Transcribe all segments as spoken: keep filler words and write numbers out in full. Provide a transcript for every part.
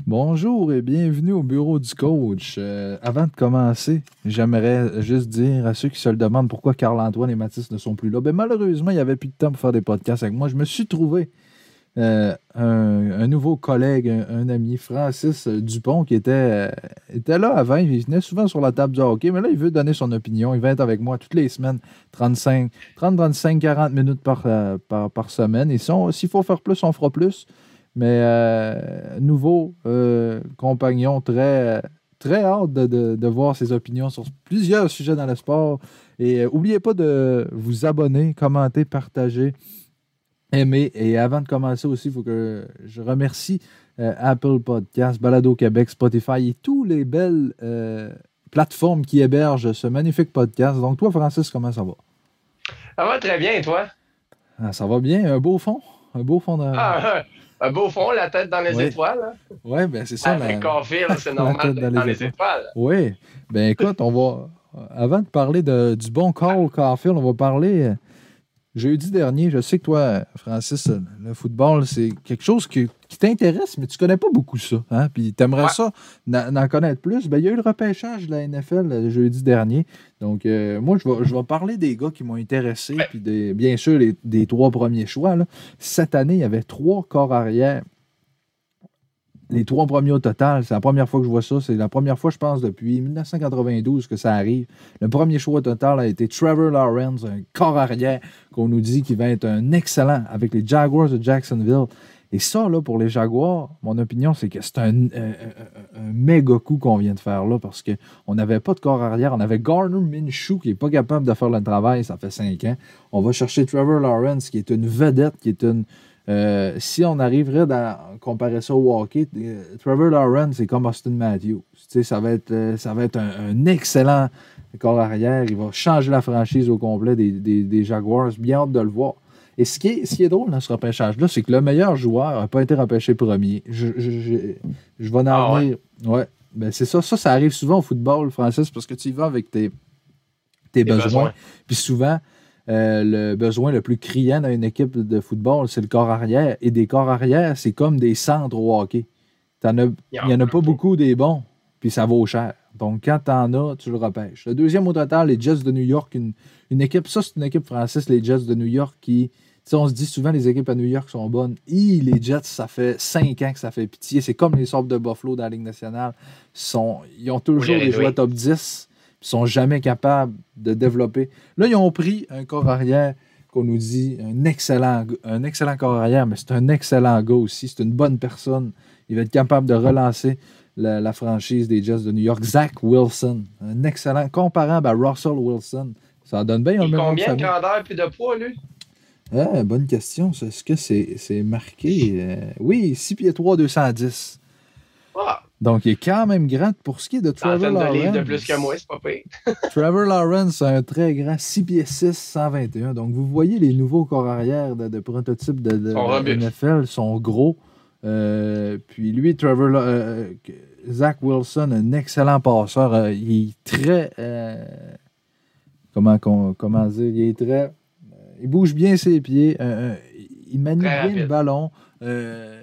Bonjour et bienvenue au bureau du coach. Euh, avant de commencer, j'aimerais juste dire à ceux qui se le demandent pourquoi Carl-Antoine et Mathis ne sont plus là. Ben, malheureusement, il n'y avait plus de temps pour faire des podcasts avec moi. Je me suis trouvé euh, un, un nouveau collègue, un, un ami, Francis Dupont, qui était, euh, était là avant. Il venait souvent sur la table du hockey, mais là, il veut donner son opinion. Il va être avec moi toutes les semaines, trente-cinq, trente, trente-cinq, quarante minutes par, euh, par, par semaine. Et si on- s'il faut faire plus, on fera plus. Mais euh, nouveau euh, compagnon, très, très hâte de, de- de voir ses opinions sur plusieurs sujets dans le sport. Et n'oubliez pas de vous abonner, commenter, partager, aimer. Et avant de commencer aussi, il faut que je remercie euh, Apple Podcasts, Balado Québec, Spotify et toutes les belles euh, plateformes qui hébergent ce magnifique podcast. Donc toi, Francis, comment ça va? Ça va très bien, et toi? Ah, ça va bien, un beau fond. Un beau fond de... Ah, un, un beau fond, la tête dans les Oui, étoiles, hein? ouais, ben c'est ça, Avec la, Caulfield, c'est la normal tête dans d'être dans les les étoiles. étoiles. Oui. Ben écoute, on va. Avant de parler de, du bon Carl Caulfield, on va parler. euh, Jeudi dernier, je sais que toi, Francis, euh, le football, c'est quelque chose qui, qui t'intéresse, mais tu connais pas beaucoup ça. Hein? Puis tu aimerais Ouais. ça na- n'en connaître plus. Ben, il y a eu le repêchage de la N F L le jeudi dernier. Donc, euh, moi, je vais, je vais parler des gars qui m'ont intéressé. Puis des, bien sûr, les, des trois premiers choix. Là. Cette année, il y avait trois corps arrière, les trois premiers au total. C'est la première fois que je vois ça. C'est la première fois, je pense, depuis mille neuf cent quatre-vingt-douze que ça arrive. Le premier choix au total a été Trevor Lawrence, un corps arrière qu'on nous dit qu'il va être un excellent avec les Jaguars de Jacksonville. Et ça, là, pour les Jaguars, mon opinion, c'est que c'est un, un, un- un méga coup qu'on vient de faire là parce qu'on n'avait pas de corps arrière. On avait Gardner Minshew qui n'est pas capable de faire le travail, ça fait cinq ans. On va chercher Trevor Lawrence qui est une vedette, qui est une, euh, si on arriverait à comparer ça au hockey, euh, Trevor Lawrence, c'est comme Austin Matthews. Tu sais, ça va être, euh, ça va être un, un excellent corps arrière. Il va changer la franchise au complet des, des- des Jaguars. Bien hâte de le voir. Et ce qui est, ce qui est drôle dans ce repêchage-là, c'est que le meilleur joueur n'a pas été repêché premier. Je, je, je, je vais en Ah ouais? venir. Ouais. Ben, c'est ça. Ça, ça arrive souvent au football, Francis, parce que tu y vas avec tes, tes Les besoins. besoins. Puis souvent, euh, le besoin le plus criant dans une équipe de football, c'est le corps arrière. Et des corps arrière, c'est comme des centres au hockey. T'en as- Il y Il n'y en en a a pas pas. beaucoup des bons, puis ça vaut cher. Donc, quand t'en as, tu le repêches. Le deuxième au total, les Jets de New York, une, une équipe, ça c'est une équipe française, les Jets de New York, qui, tu sais, on se dit souvent les équipes à New York sont bonnes. Hi, les Jets, ça fait cinq ans que ça fait pitié. C'est comme les Sabres de Buffalo dans la Ligue nationale. Ils, sont, ils ont Ou les toujours des Red joueurs Wings. top dix, puis ils sont jamais capables de développer. Là, ils ont pris un corps arrière qu'on nous dit un excellent, un excellent corps arrière, mais c'est un excellent gars aussi. C'est une bonne personne. Il va être capable de relancer la, la franchise des Jets de New York. Zach Wilson, un excellent, comparable à Russell Wilson. Ça donne bien, ils ont le Il même nom de combien de famille. grandeur puis de poids, lui? Ah, bonne question. ça. Est-ce que c'est c'est marqué? Euh, oui, six pieds trois, deux cent dix. Ah, Donc, il est quand même grand pour ce qui est de Trevor centaine de livres de plus que moi, Lawrence. c'est pas pire. Trevor Lawrence a un très grand six pieds six, cent vingt et un. Donc, vous voyez les nouveaux corps arrière de, de prototypes de, Ils de- sont de robustes. N F L sont gros. Euh, puis lui, Trevor, La- euh, Zach Wilson, un excellent passeur. Euh, il est très, euh, comment, qu'on- comment dire, il est très, il bouge bien ses pieds. Euh, euh, il manie Très bien le rapide. ballon. Euh,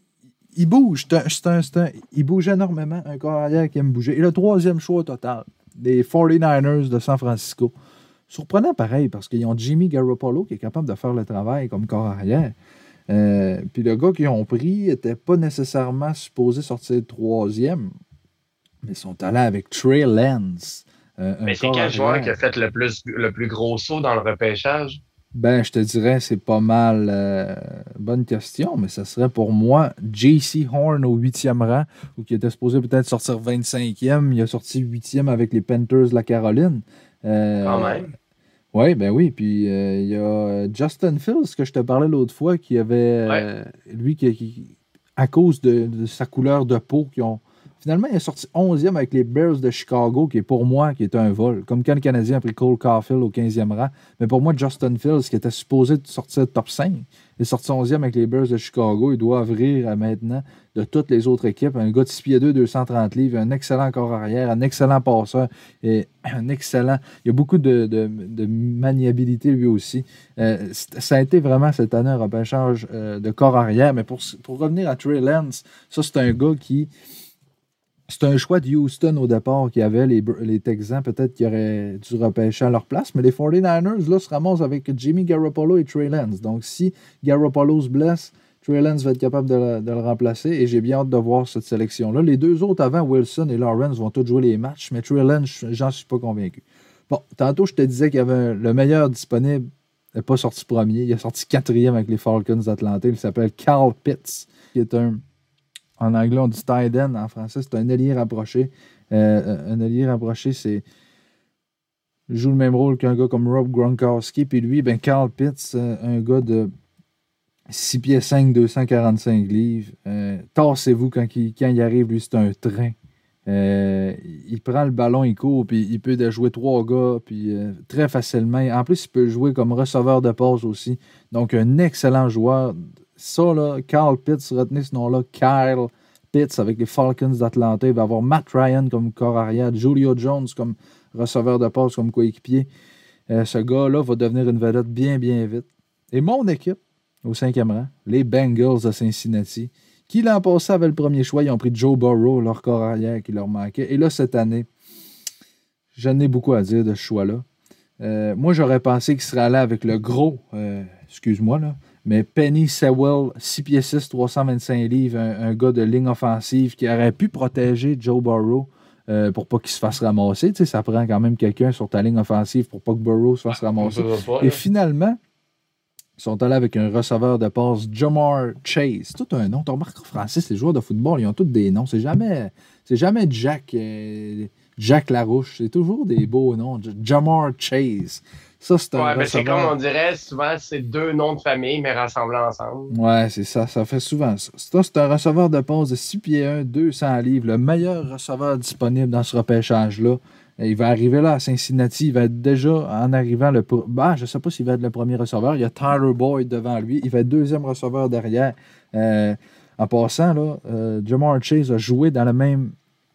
il bouge. C'est un- c'est un- c'est un- il bouge énormément. Un corps arrière qui aime bouger. Et le troisième choix au total, des forty-niners de San Francisco. Surprenant pareil, parce qu'ils ont Jimmy Garoppolo qui est capable de faire le travail comme corps arrière. Euh, puis le gars qu'ils ont pris n'était pas nécessairement supposé sortir troisième, mais ils sont allés avec Trey Lance, euh, un Mais c'est corps quel joueur qui arrière. a fait le plus, le plus gros saut dans le repêchage? Ben, je te dirais, c'est pas mal. Euh, bonne question, mais ça serait pour moi J C Horn au huitième rang, ou qui était supposé peut-être sortir vingt-cinquième. Il a sorti huitième avec les Panthers de la Caroline. Quand Euh, même. oui, ben oui. Puis euh, il y a euh, Justin Fields, que je te parlais l'autre fois, qui avait, Ouais. euh, lui, qui, qui- à cause de, de sa couleur de peau, qui ont Finalement, il est sorti onzième avec les Bears de Chicago, qui est pour moi, qui est un vol. Comme quand le Canadien a pris Cole Caulfield au quinzième rang. Mais pour moi, Justin Fields, qui était supposé sortir top cinq, il est sorti onzième avec les Bears de Chicago. Il doit ouvrir à maintenant de toutes les autres équipes. Un gars de six pieds deux, deux cent trente livres, un excellent corps arrière, un excellent passeur et un excellent... Il y a beaucoup de, de, de maniabilité lui aussi. Euh, ça a été vraiment cette année un repêchage euh, de corps arrière. Mais pour, pour revenir à Trey Lance, ça, c'est un gars qui... C'est un choix de Houston au départ qui avait les, les Texans, peut-être qui auraient dû repêcher à leur place, mais les forty-niners là, se ramassent avec Jimmy Garoppolo et Trey Lance. Donc, si Garoppolo se blesse, Trey Lance va être capable de le, de le remplacer et j'ai bien hâte de voir cette sélection-là. Les deux autres avant, Wilson et Lawrence, vont tous jouer les matchs, mais Trey Lance, j'en suis pas convaincu. Bon, tantôt, je te disais qu'il y avait un, le meilleur disponible, n'est pas sorti premier, il est sorti quatrième avec les Falcons d'Atlanta. Il s'appelle Carl Pitts, qui est un... En anglais, on dit tight end. En français, c'est un ailier rapproché. Euh, un ailier rapproché, c'est... Il joue le même rôle qu'un gars comme Rob Gronkowski. Puis lui, ben Carl Pitts, un gars de six pieds cinq, deux cent quarante-cinq livres. Euh, tassez-vous quand il, quand il arrive. Lui, c'est un train. Euh, il prend le ballon, il court, puis il peut jouer trois gars, puis euh, très facilement. En plus, il peut jouer comme receveur de passe aussi. Donc, un excellent joueur. Ça, là, Carl Pitts, retenez ce nom-là, Kyle Pitts avec les Falcons d'Atlanta. Il va avoir Matt Ryan comme corps arrière, Julio Jones comme receveur de passe, comme coéquipier. Euh, ce gars-là va devenir une vedette bien, bien vite. Et mon équipe, au cinquième rang, les Bengals de Cincinnati, qui l'an passé avaient le premier choix, ils ont pris Joe Burrow, leur corps arrière qui leur manquait. Et là, cette année, j'en ai beaucoup à dire de ce choix-là. Euh, moi, j'aurais pensé qu'il serait allé avec le gros, euh, excuse-moi, là, mais Penny Sewell, six pieds six, trois cent vingt-cinq livres, un, un gars de ligne offensive qui aurait pu protéger Joe Burrow euh, pour pas qu'il se fasse ramasser. Tu sais, ça prend quand même quelqu'un sur ta ligne offensive pour pas que Burrow se fasse ramasser. Pas, Et finalement, ils sont allés avec un receveur de passe, Jamar Chase. C'est tout un nom. Tu remarques en français, les joueurs de football, ils ont tous des noms. C'est jamais, c'est jamais Jack, euh, Jack Larouche. C'est toujours des beaux noms. Jamar Chase. Ça, c'est un ouais, receveur... mais c'est comme on dirait, souvent, c'est deux noms de famille, mais rassemblés ensemble. Ouais, c'est ça. Ça fait souvent ça. Ça, c'est un receveur de passe de six pieds un, deux cents livres. Le meilleur receveur disponible dans ce repêchage-là. Il va arriver là à Cincinnati. Il va être déjà, en arrivant, le... bah, je ne sais pas s'il va être le premier receveur. Il y a Tyler Boyd devant lui. Il va être deuxième receveur derrière. Euh, en passant, là, euh, Jamar Chase a joué dans le même...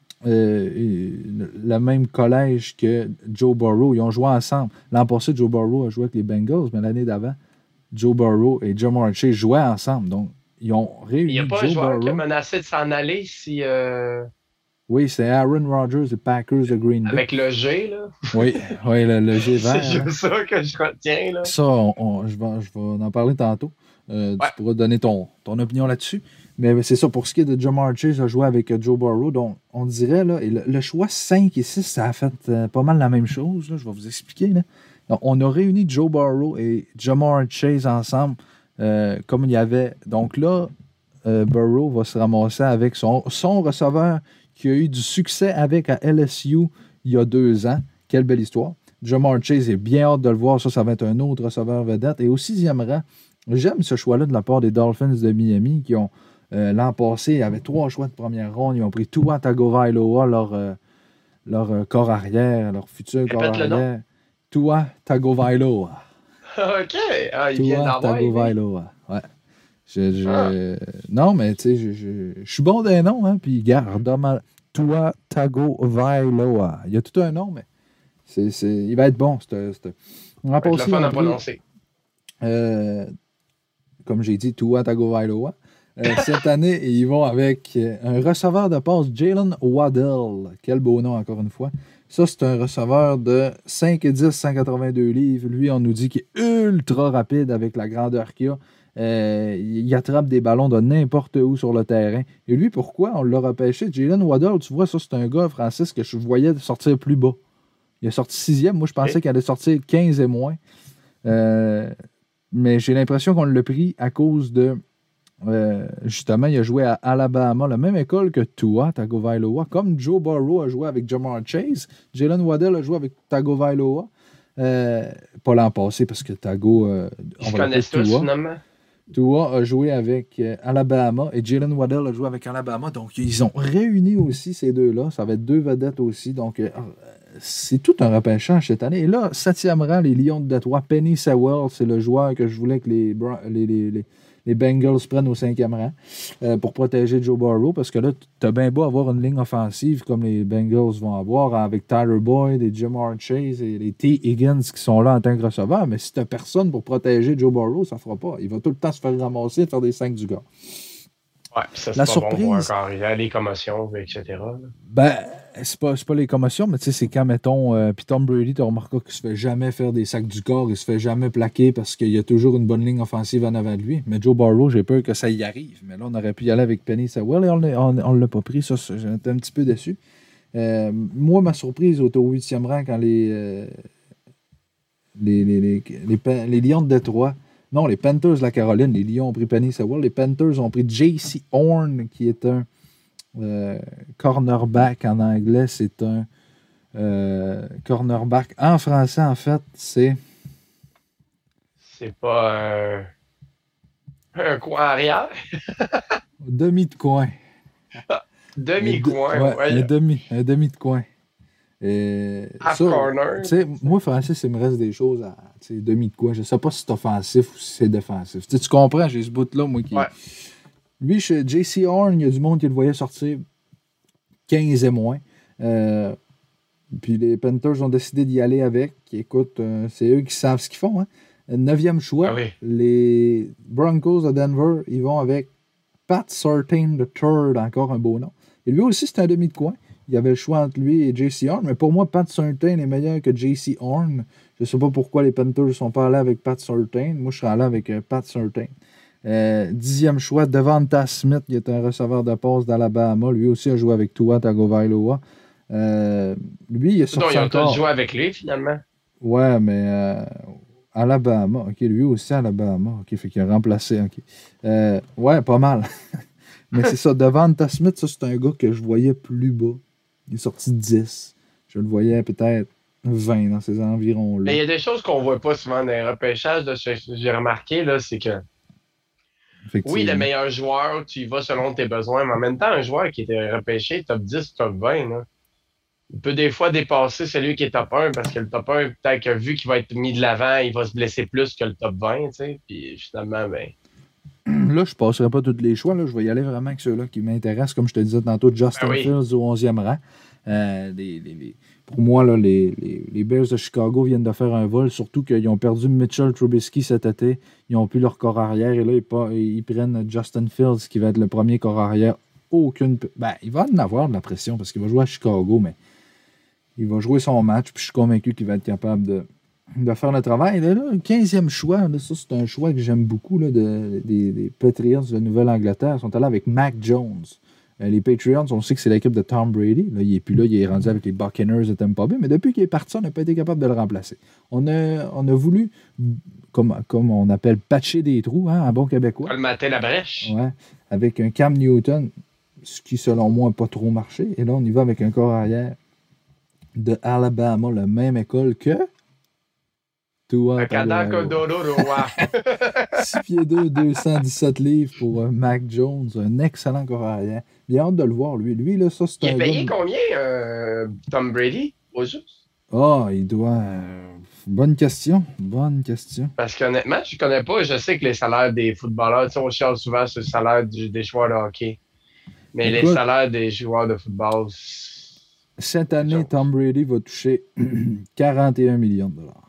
Euh, le même collège que Joe Burrow. Ils ont joué ensemble. L'an passé, Joe Burrow a joué avec les Bengals, mais l'année d'avant, Joe Burrow et Jamar Chase jouaient ensemble. Donc, ils ont réuni. Il n'y a pas Joe un joueur Burrow. qui a menacé de s'en aller si. Euh... Oui, c'est Aaron Rodgers des Packers de Green Bay. Avec le G, là. Oui, oui le, le G vert. C'est juste ça que je retiens, là. Ça, on, on, je, vais, je vais en parler tantôt. Euh, ouais. Tu pourras donner ton, ton opinion là-dessus. Mais c'est ça, pour ce qui est de Jamar Chase, a joué avec Joe Burrow. Donc, on dirait, là, et le, le choix cinq et six, ça a fait euh, pas mal la même chose. Là, je vais vous expliquer. Là. Donc, on a réuni Joe Burrow et Jamar Chase ensemble, euh, comme il y avait. Donc là, euh, Burrow va se ramasser avec son, son receveur qui a eu du succès avec à L S U il y a deux ans. Quelle belle histoire. Jamar Chase est bien hâte de le voir. Ça, ça va être un autre receveur vedette. Et au sixième rang, j'aime ce choix-là de la part des Dolphins de Miami qui ont. Euh, l'an passé, il y avait trois choix de première ronde. Ils ont pris Tua Tagovailoa, leur, euh, leur euh, corps arrière, leur futur corps arrière. Tua Tagovailoa. OK. Ah, il Tua vient d'avoir. Tagovailoa. Ouais. Je, je, ah. Non, mais tu sais, je, je, je suis bon d'un nom, hein, puis garde mal. Tua Tagovailoa. Il y a tout un nom, mais c'est, c'est, il va être bon. C'est, c'est... On a pas aussi. On a prononcé. Euh, comme j'ai dit, Tua Tagovailoa. Euh, cette année, ils vont avec un receveur de passe, Jalen Waddell. Quel beau nom, encore une fois. Ça, c'est un receveur de cinq et dix, cent quatre-vingt-deux livres. Lui, on nous dit qu'il est ultra rapide avec la grandeur qu'il a. Euh, il attrape des ballons de n'importe où sur le terrain. Et lui, pourquoi on l'a repêché? Jalen Waddell, tu vois, ça, c'est un gars, Francis, que je voyais sortir plus bas. Il a sorti sixième. Moi, je pensais okay. qu'il allait sortir quinze et moins. Euh, mais j'ai l'impression qu'on l'a pris à cause de... Euh, justement, il a joué à Alabama, la même école que Tua Tagovailoa. Comme Joe Burrow a joué avec Jamar Chase, Jalen Waddell a joué avec Tagovailoa. Euh, pas l'an passé, parce que Tago... Euh, on connais tous, finalement. Tua a joué avec euh, Alabama et Jalen Waddell a joué avec Alabama. Donc, ils ont réuni aussi ces deux-là. Ça va être deux vedettes aussi. Donc, euh, c'est tout un repêchage cette année. Et là, septième rang, les Lions de Détroit. Penny Sewell, c'est le joueur que je voulais que les, les, les, les, les Bengals prennent au cinquième rang euh, pour protéger Joe Burrow. Parce que là, tu as bien beau avoir une ligne offensive comme les Bengals vont avoir avec Tyler Boyd et Jamar Chase et les T. Higgins qui sont là en tant que receveurs. Mais si tu n'as personne pour protéger Joe Burrow, ça ne fera pas. Il va tout le temps se faire ramasser et faire des cinq du gars. Ouais, ça, c'est la pas surprise, bon pour un carrière, les commotions, et cetera. Là. Ben, c'est pas, c'est pas les commotions, mais tu sais, c'est quand, mettons, euh, puis Tom Brady, tu remarqué qu'il se fait jamais faire des sacs du corps, il se fait jamais plaquer parce qu'il y a toujours une bonne ligne offensive en avant de lui. Mais Joe Burrow, j'ai peur que ça y arrive. Mais là, on aurait pu y aller avec Penny Sewell et on ne l'a pas pris. Ça, j'étais un petit peu déçu. Euh, moi, ma surprise, au huitième rang, quand les, euh, les, les, les, les, les, les Lions de Détroit, non, les Panthers de la Caroline, les Lions ont pris Penny Sewell, les Panthers ont pris J C Horn, qui est un euh, cornerback en anglais, c'est un euh, cornerback. En français, en fait, c'est... C'est pas un, un coin arrière? demi de coin. Demi-coin, ouais, ouais. Un demi, un demi de coin. Et Half ça, corner. Moi, français, il me reste des choses à demi de coin. Je ne sais pas si c'est offensif ou si c'est défensif. T'sais, tu comprends, j'ai ce bout-là, moi, qui... Ouais. Lui, chez J C Horn, il y a du monde qui le voyait sortir quinze et moins. Euh, puis les Panthers ont décidé d'y aller avec. Écoute, euh, c'est eux qui savent ce qu'ils font. Hein. Neuvième choix, Ah oui. les Broncos de Denver, ils vont avec Pat Surtain the third, encore un beau nom. Et lui aussi, c'est un demi de coin. Il y avait le choix entre lui et J C Horn, mais pour moi, Pat Surtain est meilleur que J C Horn. Je ne sais pas pourquoi les Panthers ne sont pas allés avec Pat Surtain. Moi, je serais allé avec euh, Pat Surtain. Euh, dixième choix, Devonta Smith, qui est un receveur de passe d'Alabama. Lui aussi a joué avec Tua Tagovailoa. Euh, lui, il est sorti Donc, ils ont encore... tous joué avec lui, finalement. Ouais, mais euh, Alabama. OK, lui aussi Alabama. OK, fait qu'il a remplacé. OK. Euh, ouais, pas mal. Mais c'est ça, Devonta Smith, ça, c'est un gars que je voyais plus bas. Il est sorti dix. Je le voyais peut-être vingt dans ces environs-là. Mais il y a des choses qu'on voit pas souvent dans les repêchages. De ce que j'ai remarqué, là, c'est que oui, le meilleur joueur, tu y vas selon tes besoins, mais en même temps, un joueur qui était repêché top dix, top vingt, là, il peut des fois dépasser celui qui est top un parce que le top un, peut-être que vu qu'il va être mis de l'avant, il va se blesser plus que le top vingt, tu sais. Puis finalement, ben. Là, je ne passerai pas tous les choix. Là. Je vais y aller vraiment avec ceux-là qui m'intéressent. Comme je te disais tantôt, Justin ben oui. Fields au onzième rang. Euh, les, les, les, pour moi, là, les, les, les Bears de Chicago viennent de faire un vol, surtout qu'ils ont perdu Mitchell Trubisky cet été. Ils n'ont plus leur corps arrière. Et là, ils, pas, ils prennent Justin Fields, qui va être le premier corps arrière. Aucune. Ben, il va en avoir de la pression parce qu'il va jouer à Chicago, mais il va jouer son match. Puis je suis convaincu qu'il va être capable de. de faire le travail. Là, là, le quinzième choix, là, ça c'est un choix que j'aime beaucoup là, de, des, des Patriots de Nouvelle-Angleterre. Ils sont allés avec Mac Jones. Euh, les Patriots, on sait que c'est l'équipe de Tom Brady. Là, il n'est plus là, il est rendu avec les Buccaneers de Tampa Bay. Mais depuis qu'il est parti, on n'a pas été capable de le remplacer. On a, on a voulu, comme, comme on appelle, patcher des trous, hein, en bon québécois. Colmater la brèche. Ouais, avec un Cam Newton, ce qui, selon moi, n'a pas trop marché. Et là, on y va avec un corps arrière de Alabama, la même école que... Un cadavre six pieds deux, deux cent dix-sept livres pour euh, Mac Jones, un excellent corps arrière. Il a hâte de le voir, lui. Lui, là, ça, c'est il un. Il est payé gars... combien, euh, Tom Brady, au juste? Ah, oh, il doit. Euh... Bonne question. Bonne question. Parce qu'honnêtement, je ne connais pas. Je sais que les salaires des footballeurs, tu sais, on chiale souvent sur le salaire du, des joueurs de hockey. Mais Écoute, les salaires des joueurs de football. Cette année, Tom Brady va toucher quarante et un millions de dollars.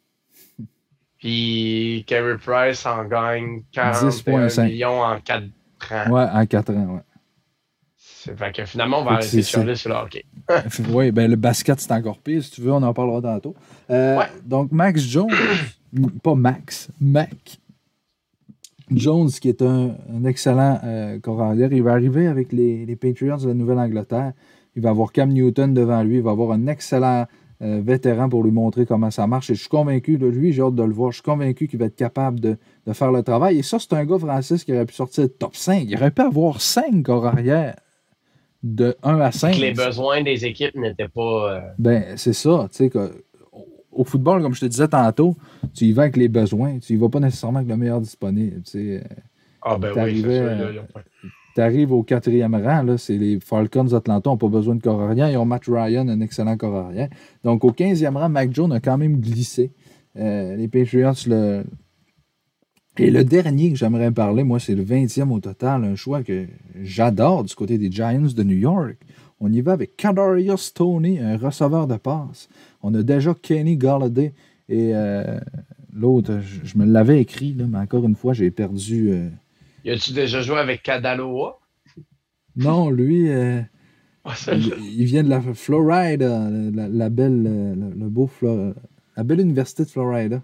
Puis Carey Price en gagne quarante et un millions en quatre ans. Ouais, en quatre ans, ouais. C'est fait que finalement, on va arrêter de chialer sur le hockey. Oui, ben le basket, c'est encore pire. Si tu veux, on en parlera tantôt. Euh, ouais. Donc, Max Jones, pas Max, Mac Jones, qui est un, un excellent euh, corps arrière, il va arriver avec les, les Patriots de la Nouvelle-Angleterre. Il va avoir Cam Newton devant lui. Il va avoir un excellent euh, vétéran pour lui montrer comment ça marche. Et je suis convaincu, de lui, j'ai hâte de le voir. Je suis convaincu qu'il va être capable de, de faire le travail. Et ça, c'est un gars, Francis, qui aurait pu sortir de top cinq. Il aurait pu avoir cinq corps arrière de un à cinq. Les besoins des équipes n'étaient pas... Euh... Ben, c'est ça. Tu sais, que au football, comme je te disais tantôt, tu y vas avec les besoins. Tu y vas pas nécessairement avec le meilleur disponible. Tu sais, ah ben oui, c'est sûr. Là, pas... Tu arrives au quatrième rang, là, c'est les Falcons d'Atlanta n'ont pas besoin de corps arrière. Ils ont Matt Ryan, un excellent corps arrière. Donc, au quinzième rang, Mac Jones a quand même glissé. Euh, les Patriots, le... Et le dernier que j'aimerais parler, moi, c'est le vingtième au total. Un choix que j'adore du côté des Giants de New York. On y va avec Kadarius Toney, un receveur de passe. On a déjà Kenny Golladay et euh, l'autre, je, je me l'avais écrit, là, mais encore une fois, j'ai perdu... Euh... Y a-tu déjà joué avec Kadaloa? Non, lui, euh, oh, il, il vient de la Florida, la, la belle, le, le beau Florida, la belle université de Florida.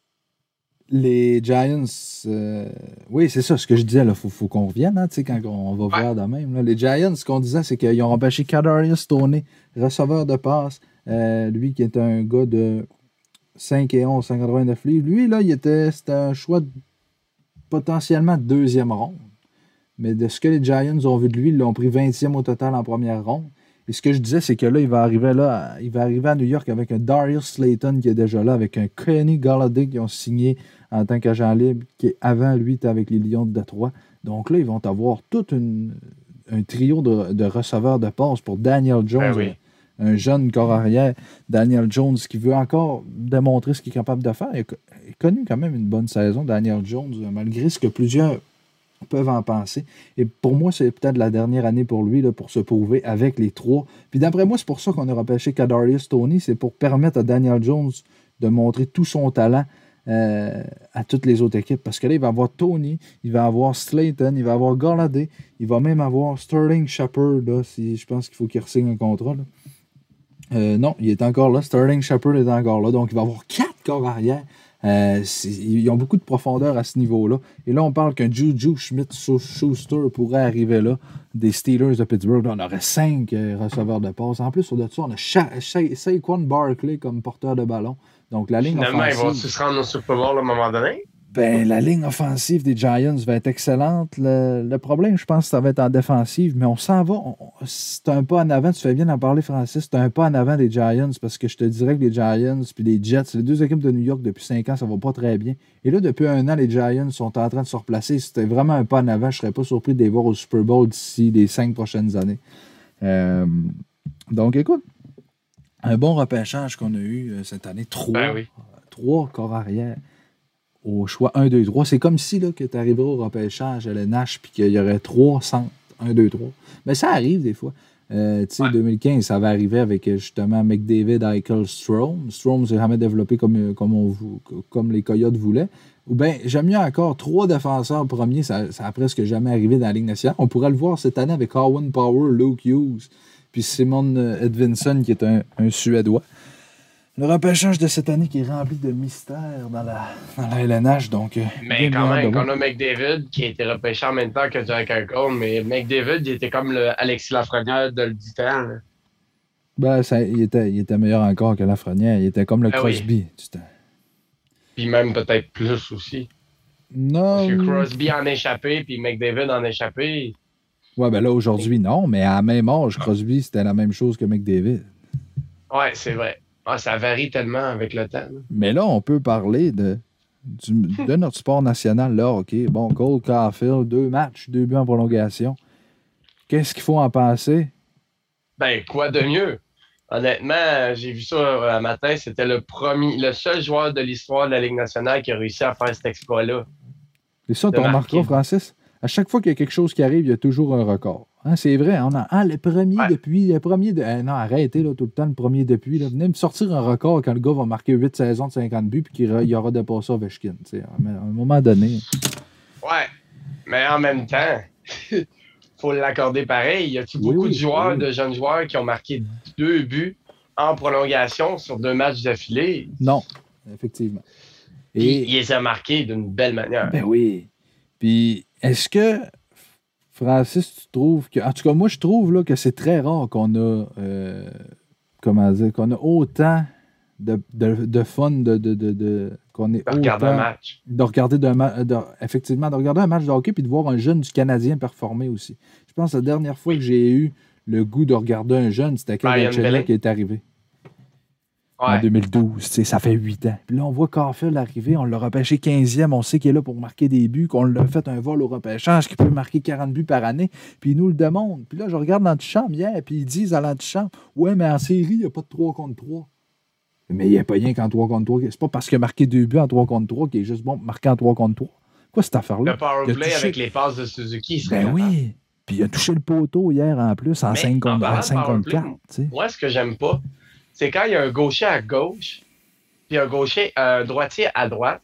Les Giants, euh, oui, c'est ça, ce que je disais, il faut, faut qu'on revienne, hein, quand on va ouais. voir de même. Là. Les Giants, ce qu'on disait, c'est qu'ils ont empêché Kadarius Toney, receveur de passe, euh, lui qui est un gars de cinq et onze, cent quatre-vingt-neuf livres. Lui, là, il était, c'était un choix de, potentiellement de deuxième ronde. Mais de ce que les Giants ont vu de lui, ils l'ont pris vingtième au total en première ronde. Et ce que je disais, c'est que là, il va arriver là, il va arriver à New York avec un Darius Slayton qui est déjà là, avec un Kenny Golladay qui ont signé en tant qu'agent libre, qui est avant lui, était avec les Lions de Détroit. Donc là, ils vont avoir tout une, un trio de, de receveurs de passe pour Daniel Jones, ben oui. un, un jeune corps arrière. Daniel Jones qui veut encore démontrer ce qu'il est capable de faire. Il a, il a connu quand même une bonne saison, Daniel Jones, malgré ce que plusieurs peuvent en penser. Et pour moi, c'est peut-être la dernière année pour lui, là, pour se prouver avec les trois. Puis d'après moi, c'est pour ça qu'on a repêché Kadarius Toney, c'est pour permettre à Daniel Jones de montrer tout son talent euh, à toutes les autres équipes. Parce que là, il va avoir Toney, il va avoir Slayton, il va avoir Golladay, il va même avoir Sterling Shepard, là, si je pense qu'il faut qu'il re-signe un contrat. Là. Euh, non, il est encore là. Sterling Shepard est encore là. Donc, il va avoir quatre corps arrière. Euh, ils ont beaucoup de profondeur à ce niveau-là. Et là, on parle qu'un Juju Smith-Schuster pourrait arriver là, des Steelers de Pittsburgh. Là, on aurait cinq euh, receveurs de passe. En plus, sur de ça, on a Sha- Sha- Saquon Barkley comme porteur de ballon. Donc, la ligne Finalement, offensive... ils vont se rendre au Super Bowl à un moment donné? Ben, la ligne offensive des Giants va être excellente. Le, le problème, je pense, ça va être en défensive, mais on s'en va. On, c'est un pas en avant. Tu fais bien d'en parler, Francis. C'est un pas en avant des Giants parce que je te dirais que les Giants puis les Jets, les deux équipes de New York depuis cinq ans, ça va pas très bien. Et là, depuis un an, les Giants sont en train de se replacer. C'était vraiment un pas en avant. Je serais pas surpris de les voir au Super Bowl d'ici les cinq prochaines années. Euh, donc, écoute, un bon repêchage qu'on a eu cette année. Trois, ben oui. trois corps arrière. Au choix un, deux, trois. C'est comme si là, que tu arriverais au repêchage à l'N H puis qu'il y aurait trois centres, un, deux, trois. Mais ça arrive des fois. Euh, tu sais, ouais. deux mille quinze, ça va arriver avec justement McDavid, Eichel, Strome. Strome s'est jamais développé comme, comme, on, comme les Coyotes voulaient. Ou bien, j'aime mieux encore, trois défenseurs premiers, ça n'a presque jamais arrivé dans la Ligue nationale. On pourrait le voir cette année avec Owen Power, Luke Hughes, puis Simon Edvinsson, qui est un, un Suédois. Le repêchage de cette année qui est rempli de mystères dans la, dans la L N H. Donc, mais quand même, quand on a McDavid qui a été repêché en même temps que Jack Eichel, mais McDavid, il était comme le Alexis Lafrenière de le du temps. Là. Ben, ça, il, était, il était meilleur encore que Lafrenière. Il était comme le ben Crosby oui. du temps. Puis même peut-être plus aussi. Non. Parce que Crosby en échappé, puis McDavid en échappé. Ouais, ben là, aujourd'hui, non. Mais à la même âge, Crosby, c'était la même chose que McDavid. Ouais, c'est vrai. Ah, ça varie tellement avec le temps. Là. Mais là, on peut parler de, du, de notre sport national. Là, OK, bon, Cole Caulfield, deux matchs, deux buts en prolongation. Qu'est-ce qu'il faut en penser? Ben, quoi de mieux? Honnêtement, j'ai vu ça un matin. C'était le premier, le seul joueur de l'histoire de la Ligue nationale qui a réussi à faire cet exploit-là. C'est ça, ton remarquera, Francis? À chaque fois qu'il y a quelque chose qui arrive, il y a toujours un record. Hein, c'est vrai, on a ah, le premier ouais. depuis, le premier de. Eh, non, arrêtez là, tout le temps, le premier depuis. Là. Venez me sortir un record quand le gars va marquer huit saisons de cinquante buts et qu'il il aura dépassé Ovechkin. À un moment donné. Ouais. Mais en même temps, il faut l'accorder pareil. Y a-t-il oui, beaucoup oui, de joueurs, oui. de jeunes joueurs qui ont marqué deux buts en prolongation sur deux matchs d'affilée? Non, effectivement. Et puis, il les a marqués d'une belle manière. Ben oui. Puis, est-ce que. Francis, tu trouves que. En tout cas, moi, je trouve là, que c'est très rare qu'on a. Euh, comment dire, qu'on a autant de, de, de fun de. de, de, de qu'on est de regarder autant, un match. De regarder d'un ma- de, effectivement, de regarder un match de hockey puis de voir un jeune du Canadien performer aussi. Je pense que la dernière fois que j'ai eu le goût de regarder un jeune, c'était quand Ryan Bellet qui est arrivé. en deux mille douze. Ça fait huit ans. Puis là, on voit Caulfield arriver, on l'a repêché quinzième, on sait qu'il est là pour marquer des buts, qu'on l'a fait un vol au repêchage, qu'il peut marquer quarante buts par année, puis il nous le demande. Puis là, je regarde l'antichambre hier, puis ils disent à l'antichambre, ouais, mais en série, il n'y a pas de trois contre trois. Mais il n'y a pas rien qu'en trois contre trois. C'est pas parce qu'il a marqué deux buts en trois contre trois qu'il est juste bon pour marquer en trois contre trois. Quoi, cette affaire-là? Le powerplay touché... avec les passes de Suzuki, il Ben oui. Puis il a touché le poteau hier en plus, en cinq contre quatre. Moi, ce que j'aime pas, c'est quand il y a un gaucher à gauche, puis un gaucher, un droitier à droite,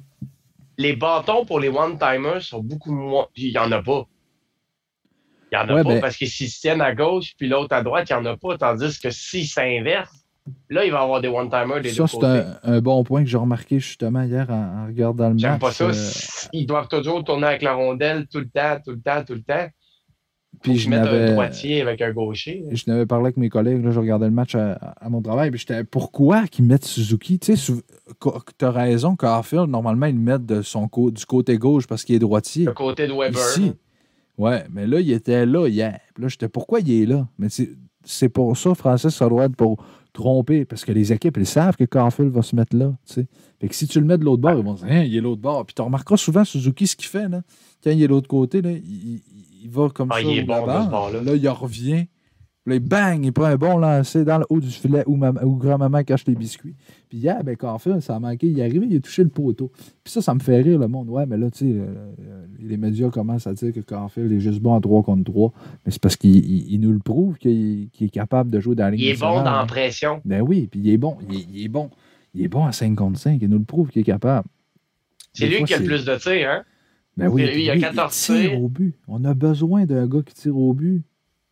les bâtons pour les one-timers sont beaucoup moins. Il n'y en a pas. Il n'y en a ouais, pas ben... parce que s'ils se tiennent à gauche, puis l'autre à droite, il n'y en a pas. Tandis que s'ils s'inversent, là, il va y avoir des one-timers des ça, deux côtés. Ça, c'est un, un bon point que j'ai remarqué justement hier en, en regardant le match. J'aime pas ça. Euh... Ils doivent toujours tourner avec la rondelle tout le temps, tout le temps, tout le temps. Puis je mettre un droitier avec un gaucher. Je n'avais parlé avec mes collègues, là, je regardais le match à, à mon travail, puis j'étais pourquoi qu'ils mettent Suzuki? Tu sais, tu as raison, Caulfield, normalement, ils le mettent de son co- du côté gauche parce qu'il est droitier. Le côté de Weber. Ici. Ouais, mais là, il était là hier. Puis là, j'étais pourquoi il est là? Mais c'est, c'est pour ça, Francis, ça doit être pour tromper, parce que les équipes, ils savent que Caulfield va se mettre là. Tu sais. Fait que si tu le mets de l'autre bord, ils vont dire, hein, il est l'autre bord. Puis tu remarqueras souvent Suzuki ce qu'il fait, là. Quand il est de l'autre côté, là, il, il va comme ah, ça. Il est bon de ce bord-là. Là, il revient. Là, bang, il prend un bon lancer dans le haut du filet où, maman, où grand-maman cache les biscuits. Puis hier, ben, Caulfield, ça a manqué. Il est arrivé, il a touché le poteau. Puis ça, ça me fait rire, le monde. Ouais, mais là, tu sais, euh, les médias commencent à dire que Caulfield est juste bon en trois contre trois. Mais c'est parce qu'il il, il nous le prouve qu'il, qu'il est capable de jouer dans la ligne. Il est bon dans la pression. Ben oui, puis il est bon. Il est, il est bon. Il est bon à cinq contre cinq. Il nous le prouve qu'il est capable. C'est Des lui fois, qui a c'est... le plus de tirs, hein? Ben oui, lui, il a quatorze tirs au but. On a besoin d'un gars qui tire au but.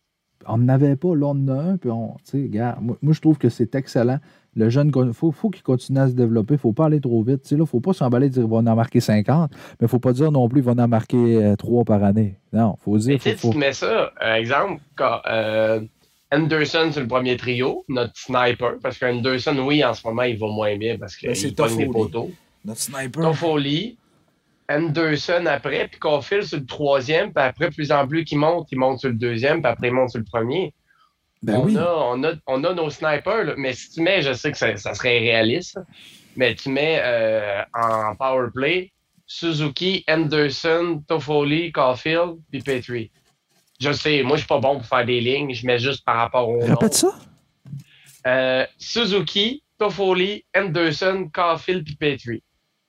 On n'en avait pas, là, on en a un. Puis on, regarde, moi, moi, je trouve que c'est excellent. Le jeune, il faut, faut qu'il continue à se développer. Il ne faut pas aller trop vite. Il ne faut pas s'emballer et dire qu'il va en marquer cinquante, mais il ne faut pas dire non plus qu'il va en marquer trois par année. Non, il faut dire. Mais faut, tu faut... mets ça, euh, exemple, quand, euh, Anderson, c'est le premier trio, notre sniper, parce qu'Anderson, oui, en ce moment, il va moins bien parce qu'il pogne des poteaux. Notre sniper. Toffoli, Anderson après, puis Caulfield sur le troisième, puis après, plus en plus qu'il monte, il monte sur le deuxième, puis après, il monte sur le premier. Ben on, oui. a, on, a, on a nos snipers, là. Mais si tu mets, je sais que ça, ça serait réaliste, mais tu mets euh, en power play Suzuki, Anderson, Toffoli, Caulfield, puis Petrie. Je sais, moi, je suis pas bon pour faire des lignes, je mets juste par rapport au nom. Répète ça. Euh, Suzuki, Toffoli, Anderson, Caulfield, puis Petrie.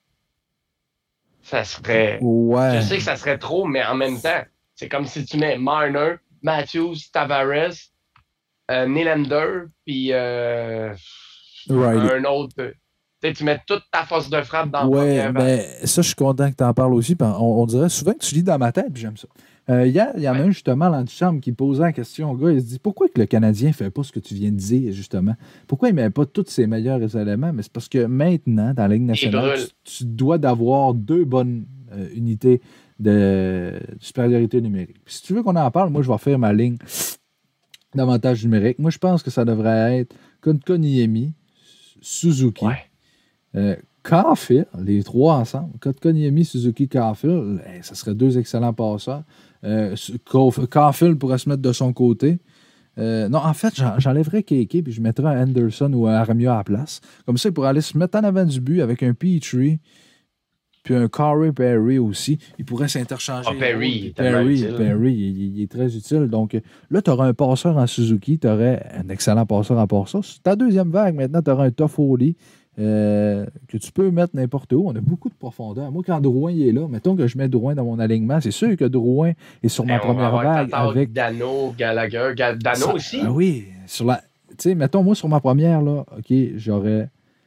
Ça serait... Ouais. Je sais que ça serait trop, mais en même temps, c'est comme si tu mets Marner, Matthews, Tavares, euh, Nylander, puis euh, un autre. Tu sais, tu mets toute ta force de frappe dans ouais, le premier mais ça, je suis content que tu en parles aussi. On, on dirait souvent que tu lis dans ma tête, puis j'aime ça. Euh, hier, il y en a ouais. un justement dans l'antichambre qui posait la question au gars. Il se dit pourquoi que le Canadien ne fait pas ce que tu viens de dire, justement? Pourquoi il ne met pas tous ses meilleurs éléments? Mais c'est parce que maintenant, dans la Ligue nationale, tu, tu dois d'avoir deux bonnes euh, unités de, de supériorité numérique. Puis si tu veux qu'on en parle, moi, je vais faire ma ligne d'avantage numérique. Moi, je pense que ça devrait être Kotkaniemi, Suzuki, ouais. euh, Caulfield, les trois ensemble. Kotkaniemi, Suzuki, Caulfield, hey, ça serait deux excellents passeurs. Euh, Caulfield pourrait se mettre de son côté. Euh, non, en fait, j'enlèverais Kéké puis je mettrais un Anderson ou un Armia à la place. Comme ça, il pourrait aller se mettre en avant du but avec un Petrie puis un Corey Perry aussi. Il pourrait s'interchanger. Oh, Perry, Perry, Perry il, il est très utile. Donc là, tu auras un passeur en Suzuki, tu aurais un excellent passeur en passeur. C'est ta deuxième vague, maintenant, tu auras un Toffoli. Euh, que tu peux mettre n'importe où. On a beaucoup de profondeur. Moi, quand Drouin il est là, mettons que je mets Drouin dans mon alignement, c'est sûr que Drouin est sur ma première vague avec... Dano, Gallagher, Ga- Dano ça, aussi. Ah oui, sur la... tu sais, mettons, moi, sur ma première, là, OK, j'aurais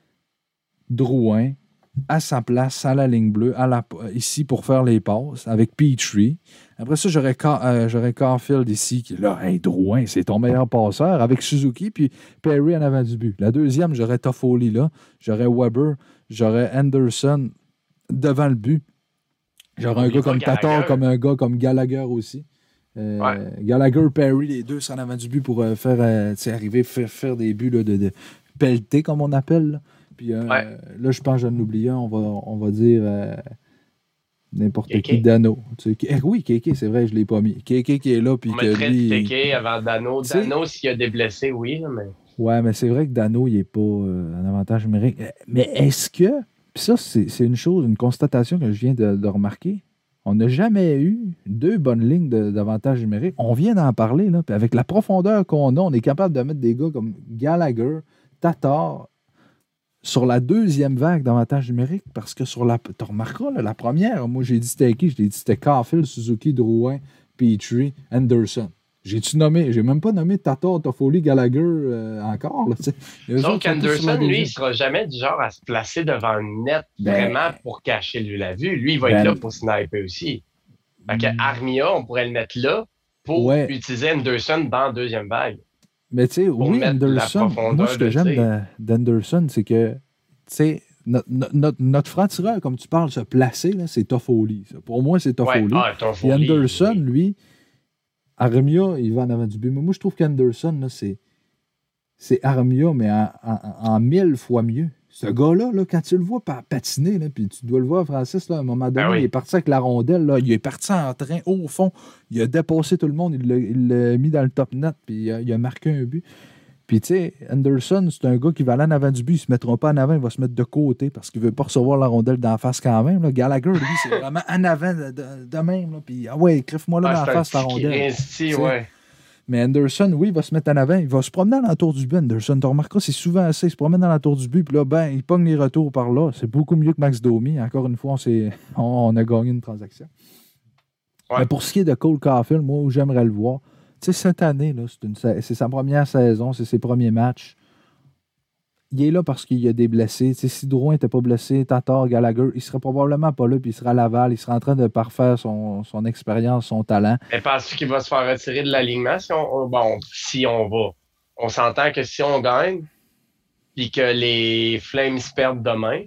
Drouin à sa place, à la ligne bleue, à la... ici pour faire les passes, avec Petrie. Après ça, j'aurais, euh, j'aurais Caulfield ici, qui est là, hey, Drouin, c'est ton meilleur passeur, avec Suzuki, puis Perry en avant du but. La deuxième, j'aurais Toffoli là, j'aurais Weber, j'aurais Anderson devant le but. J'aurais un gars comme Tatar, comme un gars comme Gallagher aussi. Euh, ouais. Gallagher, Perry, les deux sont en avant du but pour euh, faire, euh, arriver, faire, faire des buts là, de, de pelleté, comme on appelle. Là. Puis euh, ouais. là, je pense que je ne l'oublie un, on va, on va dire euh, n'importe Kéké. Qui, Dano. Tu sais, oui, Kéké, c'est vrai, je ne l'ai pas mis. Kéké qui est là. Puis on que mettrait lui, Kéké avant Dano. Dano, s'il y a des blessés, oui. Mais... Ouais, mais c'est vrai que Dano, il n'est pas euh, un avantage numérique. Mais est-ce que, puis ça, c'est c'est une chose, une constatation que je viens de, de remarquer. On n'a jamais eu deux bonnes lignes de- d'avantage numérique. On vient d'en parler, là. Puis avec la profondeur qu'on a, on est capable de mettre des gars comme Gallagher, Tatar sur la deuxième vague d'avantage numérique. Parce que sur la. Tu remarqueras, là, la première, moi, j'ai dit c'était qui? Je t'ai dit c'était Caulfield, Suzuki, Drouin, Petrie, Anderson. J'ai-tu nommé? J'ai même pas nommé Tatar, Toffoli, Gallagher euh, encore. Là, tu sais. Les Sauf autres sont tous sur la qu'Anderson, lui, il deuxième. sera jamais du genre à se placer devant le net Ben, vraiment pour cacher lui la vue. Lui, il va être là ben, pour sniper aussi. Fait que hmm, Armia, on pourrait le mettre là pour ouais. utiliser Anderson dans la deuxième vague, Mais tu sais, pour oui, mettre la Anderson, moi, ce profondeur que de j'aime tir. de- d'Anderson, c'est que, tu sais, notre, notre, notre franc-tireur, comme tu parles, se placer, là, c'est Toffoli. Ça. Pour moi, c'est Ouais, Toffoli. ah, ton Puis folie, Anderson, oui. lui, Armia, il va en avant du but. Mais moi, je trouve qu'Anderson, là, c'est, c'est Armia, mais en, en- en mille fois mieux. Ce gars-là, là, quand tu le vois pa- patiner, là, puis tu dois le voir, Francis, là, à un moment Ben donné, il est oui. parti avec la rondelle, là, il est parti en train au fond, il a dépassé tout le monde, il l'a il l'a mis dans le top net, puis il a, il a marqué un but. Puis, tu sais, Anderson, c'est un gars qui va aller en avant du but. Il ne se mettra pas en avant, il va se mettre de côté parce qu'il ne veut pas recevoir la rondelle d'en face quand même. Là. Gallagher, lui, c'est vraiment en avant de, de, de même. Là. Puis, ah ouais, crève-moi là Ah, d'en c'est un face la petit qui rondelle. réussit, Tu sais. ouais. Mais Anderson, oui, il va se mettre en avant. Il va se promener dans la tour du but, Anderson. Tu remarqueras, c'est souvent assez. Il se promène dans la tour du but, puis là, ben, il pogne les retours par là. C'est beaucoup mieux que Max Domi. Encore une fois, on, s'est- on, on a gagné une transaction. Ouais. Mais pour ce qui est de Cole Caulfield, moi, où j'aimerais le voir, tu sais, cette année, là, c'est, une sa- c'est sa première saison, c'est ses premiers matchs. Il est là parce qu'il y a des blessés. Tu sais, si Drouin n'était pas blessé, Tatar, Gallagher, il serait probablement pas là, puis il serait à Laval, il serait en train de parfaire son, son expérience, son talent. Mais penses-tu qu'il va se faire retirer de l'alignement si on, on- bon, si on va? On s'entend que si on gagne, puis que les Flames perdent demain,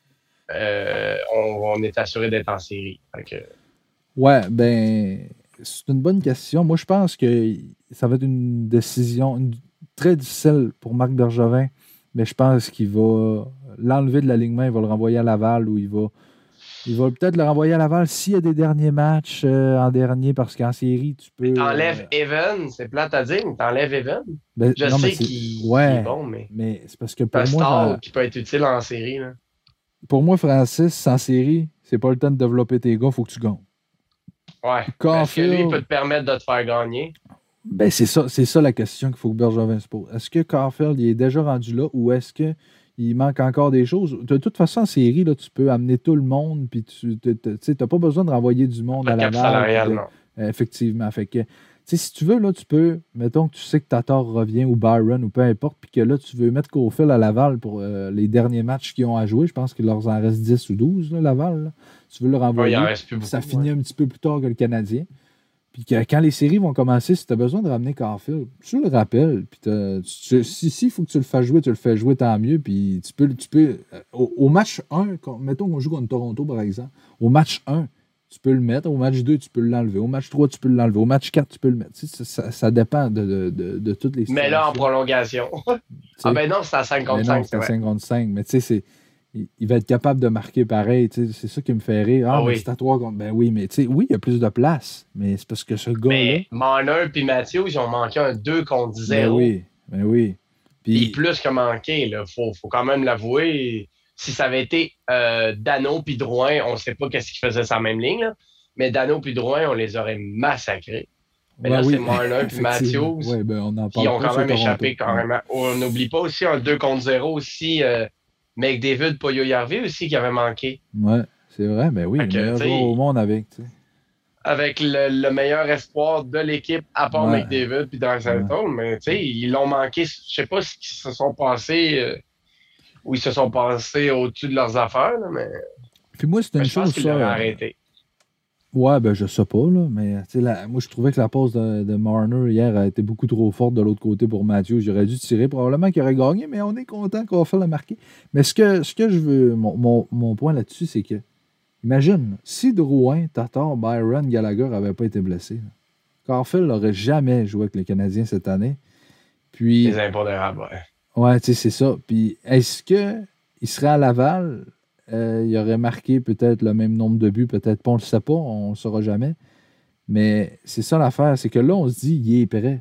euh, on, on est assuré d'être en série. Fait que, Ouais, ben, c'est une bonne question. Moi, je pense que ça va être une décision une- très difficile pour Marc Bergevin, mais je pense qu'il va l'enlever de l'alignement, il va le renvoyer à Laval ou il va, il va peut-être le renvoyer à Laval s'il y a des derniers matchs euh, en dernier, parce qu'en série, tu mais peux. euh, t'enlèves Evan, c'est plate à dire, mais t'enlèves Evan. ben, Je non, mais sais c'est. qu'il qu'il est Ouais, bon, mais mais c'est parce que c'est un pour moi, stall Fran- qui peut être utile en série. Là. pour moi, Francis, sans série, c'est pas le temps de développer tes gars, il faut que tu gagnes. Ouais. Mais est-ce que lui Caulfield, peut te permettre de te faire gagner? ben c'est ça, c'est ça la question qu'il faut que Bergevin se pose. Est-ce que Caulfield il est déjà rendu là ou est-ce que il manque encore des choses? De toute façon, en série, là, tu peux amener tout le monde, puis tu n'as pas besoin de renvoyer du monde Pas à de cap Laval. puis salarial, de- non. euh, effectivement. Fait que, tu sais, si tu veux, là, tu peux, mettons que tu sais que Tatar revient ou Byron ou peu importe, puis que là, tu veux mettre Caulfield à Laval pour euh, les derniers matchs qu'ils ont à jouer. Je pense qu'il leur en reste dix ou douze, là, Laval. Là. Tu veux le Ouais, il en renvoyer. reste plus beaucoup. Ça finit Ouais. un petit peu plus tard que le Canadien. Puis que quand les séries vont commencer, si tu as besoin de ramener Caulfield, tu le rappelles. Puis t'as- tu- si il faut que tu le fasses jouer, tu le fais jouer, tant mieux. Puis tu peux. Tu peux euh, au, au match un, quand- mettons qu'on joue contre Toronto, par exemple. Au match un, tu peux le mettre. Au match deux, tu peux l'enlever. Au match trois, tu peux l'enlever. Au match quatre, tu peux le mettre. Tu sais, ça, ça- ça dépend de, de- de- de toutes les Mais là, en situations. prolongation. Tu Ah sais. ben non, c'est à cinq Mais contre non, cinq, c'est c'est à vrai. cinquante-cinq. Mais tu sais, c'est. Il, il va être capable de marquer pareil. tu sais, C'est ça qui me fait rire. Ah, Ah mais oui. c'est à trois contre. Ben oui, mais tu sais, oui, il y a plus de place. Mais c'est parce que ce gars-là. Mais Marner puis Mathieu, ils ont manqué un deux contre Ben zéro. oui, ben oui. Puis Puis, plus que manqué, il faut, faut quand même l'avouer. Si ça avait été euh, Dano puis Drouin, on ne sait pas qu'est-ce qu'ils faisaient sur la même ligne, là. Mais Dano puis Drouin, on les aurait massacrés. Mais ben là, c'est oui, Marner puis effectivement. Matthews Ouais, ben on n'en qui parle ont pas quand sur même Toronto. échappé Ouais. carrément. On n'oublie pas aussi un deux contre zéro aussi, euh, McDavid, Poyo Yarvi aussi qui avait manqué. Ouais, c'est vrai, ben oui, Fait le que, meilleur tu joueur au sais, monde avec, tu sais. avec le, le meilleur espoir de l'équipe, à part Ouais, McDavid puis ouais. Draisaitl, mais tu sais, ils l'ont manqué. Je sais pas ce qu'ils se sont passés, euh, ou ils se sont passés au-dessus de leurs affaires, là, mais Puis moi, c'est mais une je pense chose, qu'ils ça. l'auraient euh, arrêté. Ouais, ben je sais pas, là, mais tu sais, la- moi, je trouvais que la pause de, de Marner hier a été beaucoup trop forte de l'autre côté pour Matthews. J'aurais dû tirer, probablement qu'il aurait gagné, mais on est content qu'on va faire le marqué. Mais ce que, ce que je veux, mon, mon, mon point là-dessus, c'est que, imagine, si Drouin, Tatar, Byron, Gallagher n'avaient pas été blessés, là, Caulfield n'aurait jamais joué avec les Canadiens cette année. Puis, Les impondérables, ouais. ouais, tu sais, c'est ça. Puis, est-ce que il serait à Laval, euh, il aurait marqué peut-être le même nombre de buts, peut-être pas, on le sait pas, on le saura jamais. Mais c'est ça l'affaire, c'est que là, on se dit, il est prêt.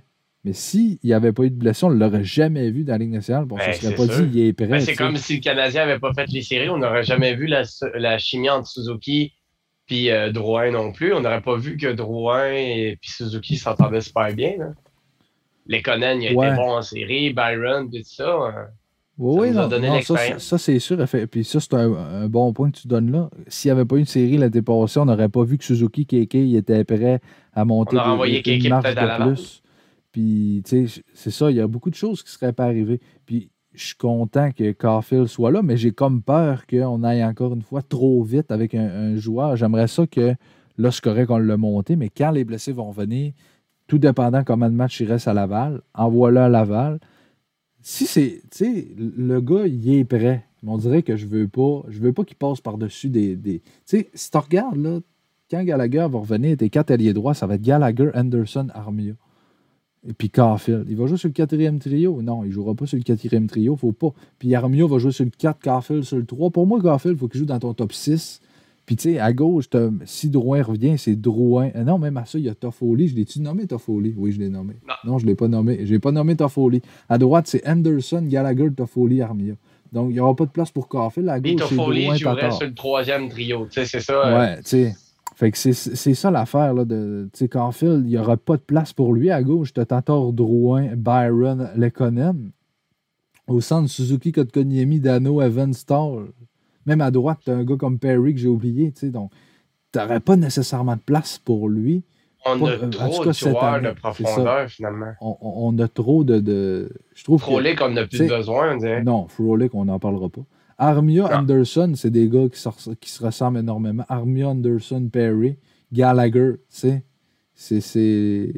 Mais s'il n'y avait pas eu de blessure, on ne l'aurait jamais vu dans la Ligue nationale. Bon, ben, ça ne serait pas sûr. Dit il est prêt. Ben, c'est comme si le Canadien n'avait pas fait les séries. On n'aurait jamais vu la, la chimie entre Suzuki et euh, Drouin non plus. On n'aurait pas vu que Drouin et puis Suzuki s'entendaient super bien. Là. Lekonen, il a ouais. été bon en série. Byron, tout ça. Hein. Oui, oui, non, non ça, ça c'est sûr. Puis ça, c'est un, un bon point que tu donnes là. S'il n'y avait pas eu une série l'été passé, on n'aurait pas vu que Suzuki, Keke, il était prêt à monter on aurait envoyé une, une marche de plus. Puis, tu sais, c'est ça, il y a beaucoup de choses qui ne seraient pas arrivées. Puis, je suis content que Caulfield soit là, mais j'ai comme peur qu'on aille encore une fois trop vite avec un, un joueur. J'aimerais ça que, là, c'est correct qu'on l'a monté, mais quand les blessés vont venir, tout dépendant comment de match il reste à Laval, envoie-le à Laval. Si c'est, tu sais, le gars, il est prêt. Mais on dirait que je veux pas, je veux pas qu'il passe par-dessus des... des... Tu sais, si tu regardes, là, quand Gallagher va revenir, tes quatre alliés droits, ça va être Gallagher, Anderson, Armia. Et puis Caulfield. Il va jouer sur le quatrième trio? Non, il ne jouera pas sur le quatrième trio, faut pas. Puis Armia va jouer sur le quatre, Caulfield sur le trois. Pour moi, Caulfield, il faut qu'il joue dans ton top six. Puis, tu sais, à gauche, si Drouin revient, c'est Drouin. Euh, non, même à ça, il y a Toffoli. Je l'ai-tu nommé, Toffoli? Oui, je l'ai nommé. Non, non je ne l'ai pas nommé. Je n'ai pas nommé Toffoli. À droite, c'est Anderson, Gallagher, Toffoli, Armia. Donc, il n'y aura pas de place pour Caulfield. À gauche, c'est Drouin, Toffoli jouerait sur le troisième trio. Tu sais, c'est ça. Euh... Ouais, tu sais. Fait que c'est, c'est ça l'affaire, là, de, tu sais, Caulfield, il n'y aura pas de place pour lui. À gauche, tu as Tatar, Drouin, Byron, Lekonen. Au centre, Suzuki, Kotkaniemi, Dano, Evan, Stahl. Même à droite, tu as un gars comme Perry que j'ai oublié, tu sais, donc tu n'aurais pas nécessairement de place pour lui. On pas, a euh, trop de joueurs de profondeur, finalement. On, on a trop de... de je trouve Frolic, on n'a plus besoin, on dirait. Non, Frolic, on n'en parlera pas. Armia, non. Anderson, c'est des gars qui, se, qui se ressemblent énormément. Armia, Anderson, Perry, Gallagher, tu sais, c'est... c'est...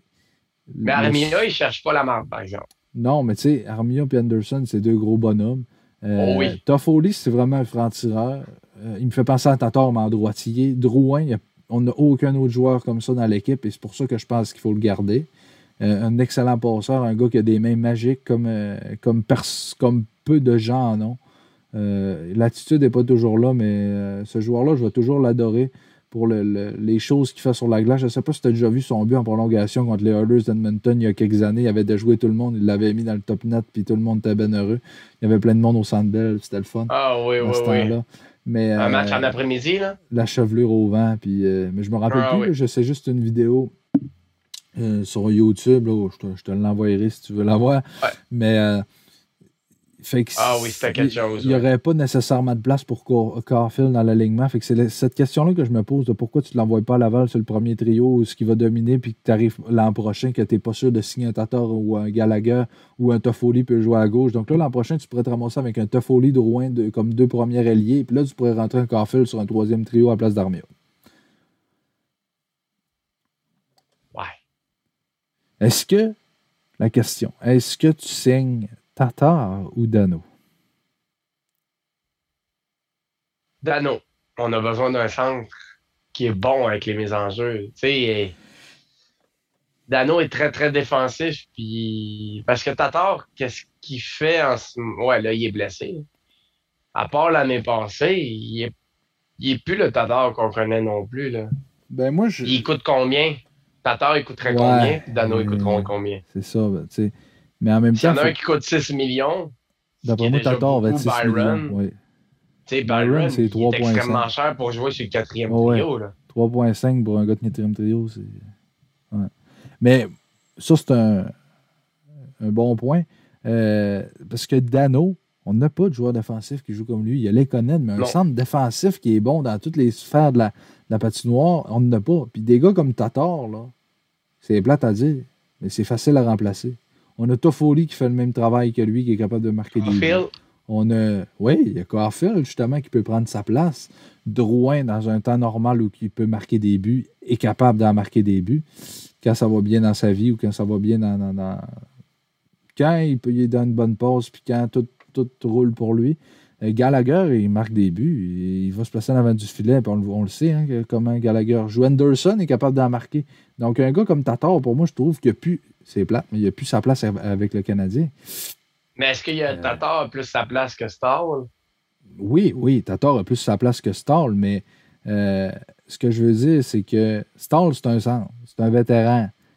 Mais Armia, le... il ne cherche pas la marque, par exemple. Non, mais tu sais, Armia et Anderson, c'est deux gros bonhommes. Euh, oh oui. Toffoli, c'est vraiment un franc-tireur. Euh, il me fait penser à Tatar, mais en droitier. Drouin, a, on n'a aucun autre joueur comme ça dans l'équipe et c'est pour ça que je pense qu'il faut le garder. Euh, un excellent passeur, un gars qui a des mains magiques comme, euh, comme, pers- comme peu de gens en ont. Euh, l'attitude n'est pas toujours là, mais euh, ce joueur-là, je vais toujours l'adorer pour le, le, les choses qu'il fait sur la glace. Je ne sais pas si tu as déjà vu son but en prolongation contre les Oilers d'Edmonton il y a quelques années. Il avait déjoué tout le monde. Il l'avait mis dans le top net, puis tout le monde était bien heureux. Il y avait plein de monde au Centre Bell. C'était le fun. Ah oui, oui, oui. Mais, un euh, match en après-midi, là? La chevelure au vent. Puis, euh, mais je me rappelle ah, plus. Oui. Là, je sais juste une vidéo euh, sur YouTube. Là, je, te, je te l'envoyerai si tu veux la voir. Ouais. Mais... Euh, Fait que ah oui, c'était quelque chose. Il n'y aurait pas nécessairement de place pour Caulfield dans l'alignement. Fait que c'est cette question-là que je me pose de pourquoi tu ne l'envoies pas à Laval sur le premier trio, ce qui va dominer, puis que tu arrives l'an prochain, que tu n'es pas sûr de signer un Tatar ou un Gallagher ou un Toffoli peut jouer à gauche. Donc là, l'an prochain, tu pourrais te ramasser avec un Toffoli Drouin de, comme deux premiers alliés, puis là, tu pourrais rentrer un Caulfield sur un troisième trio à la place d'Armia. Ouais. Est-ce que, la question, est-ce que tu signes Tatar ou Dano? Dano. On a besoin d'un centre qui est bon avec les mises en jeu. Tu sais, Dano est très, très défensif. Puis... Parce que Tatar, qu'est-ce qu'il fait en ce moment? Ouais, là, il est blessé. À part l'année passée, il est, il est plus le Tatar qu'on connaît non plus. Là. Ben moi, je... Il coûte combien? Tatar, il coûterait ouais, combien? Puis Dano, il coûterait combien? C'est ça, ben, tu sais. Mais en même S'il temps. y en a faut... un qui coûte six millions. D'après moi, Tatar va être six Byron, millions. Oui. Tu sais, Byron, c'est il est extrêmement cher pour jouer sur le quatrième oh, trio. Ouais. trois virgule cinq pour un gars de quatrième trio, c'est. Ouais. Mais ça, c'est un, un bon point. Euh, parce que Dano, on n'a pas de joueur défensif qui joue comme lui. Il y a Lekonen, mais un non. centre défensif qui est bon dans toutes les sphères de la, de la patinoire, on n'en a pas. Puis des gars comme Tatar, là, c'est plate à dire, mais c'est facile à remplacer. On a Toffoli qui fait le même travail que lui, qui est capable de marquer des buts. On a, oui, il y a Caulfield, justement, qui peut prendre sa place. Drouin, dans un temps normal où il peut marquer des buts, est capable d'en marquer des buts. Quand ça va bien dans sa vie ou quand ça va bien dans... dans, dans... Quand il peut il donne une bonne passe puis quand tout, tout roule pour lui. Gallagher, il marque des buts. Il va se placer en avant du filet. Puis on, on le sait, hein, comment Gallagher joue. Anderson est capable d'en marquer. Donc, un gars comme Tatar, pour moi, je trouve qu'il n'y a plus... C'est plate, mais il n'y a plus sa place avec le Canadien. Mais est-ce qu'il y a Tatar a plus sa place que Stahl? Oui, oui, Tatar a plus sa place que Stahl, mais euh, ce que je veux dire, c'est que Stahl, c'est un centre, c'est un vétéran.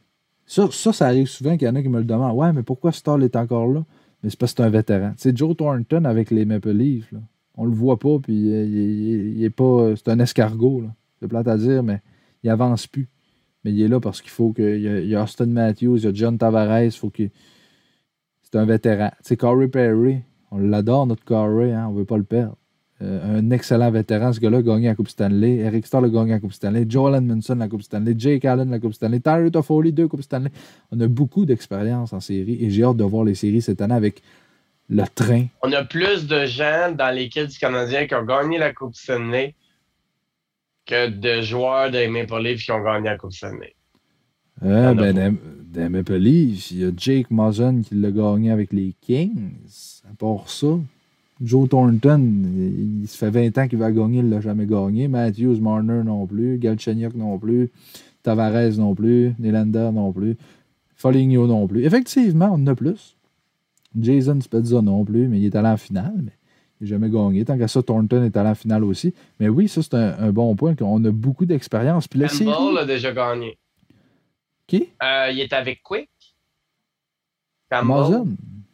Ça, ça, ça arrive souvent qu'il y en a qui me le demandent. Ouais, mais pourquoi Stahl est encore là? Mais c'est parce que c'est un vétéran. Tu sais, Joe Thornton avec les Maple Leafs, là, on le voit pas, puis il, il, il est pas. C'est un escargot, là. C'est plate à dire, mais il avance plus. Mais il est là parce qu'il faut que. Il y a, il y a Austin Matthews, il y a John Tavares, il faut qu'il. C'est un vétéran. Tu sais, Corey Perry, on l'adore, notre Corey, hein, on veut pas le perdre. Euh, un excellent vétéran, ce gars-là a gagné la Coupe Stanley. Eric Stahl a gagné la Coupe Stanley. Joel Edmondson la Coupe Stanley. Jake Allen la Coupe Stanley. Tyler Toffoli, deux Coupes Stanley. On a beaucoup d'expérience en série et j'ai hâte de voir les séries cette année avec le train. On a plus de gens dans l'équipe du Canadien qui ont gagné la Coupe Stanley que de joueurs des Maple Leafs qui ont gagné la Coupe Stanley. Euh, ben, dans, dans Maple Leafs, il y a Jake Muzzin qui l'a gagné avec les Kings. À part ça, Joe Thornton, il, il se fait vingt ans qu'il va gagner, il ne l'a jamais gagné. Matthews, Marner non plus. Galchenyuk non plus. Tavares non plus. Nylander non plus. Foligno non plus. Effectivement, on en a plus. Jason Spezza non plus, mais il est allé en finale. Mais il n'a jamais gagné. Tant qu'à ça, Thornton est allé en finale aussi. Mais oui, ça, c'est un, un bon point. On a beaucoup d'expérience. Puis la série... Campbell a déjà gagné. Qui? Euh, il est avec Quick. Campbell.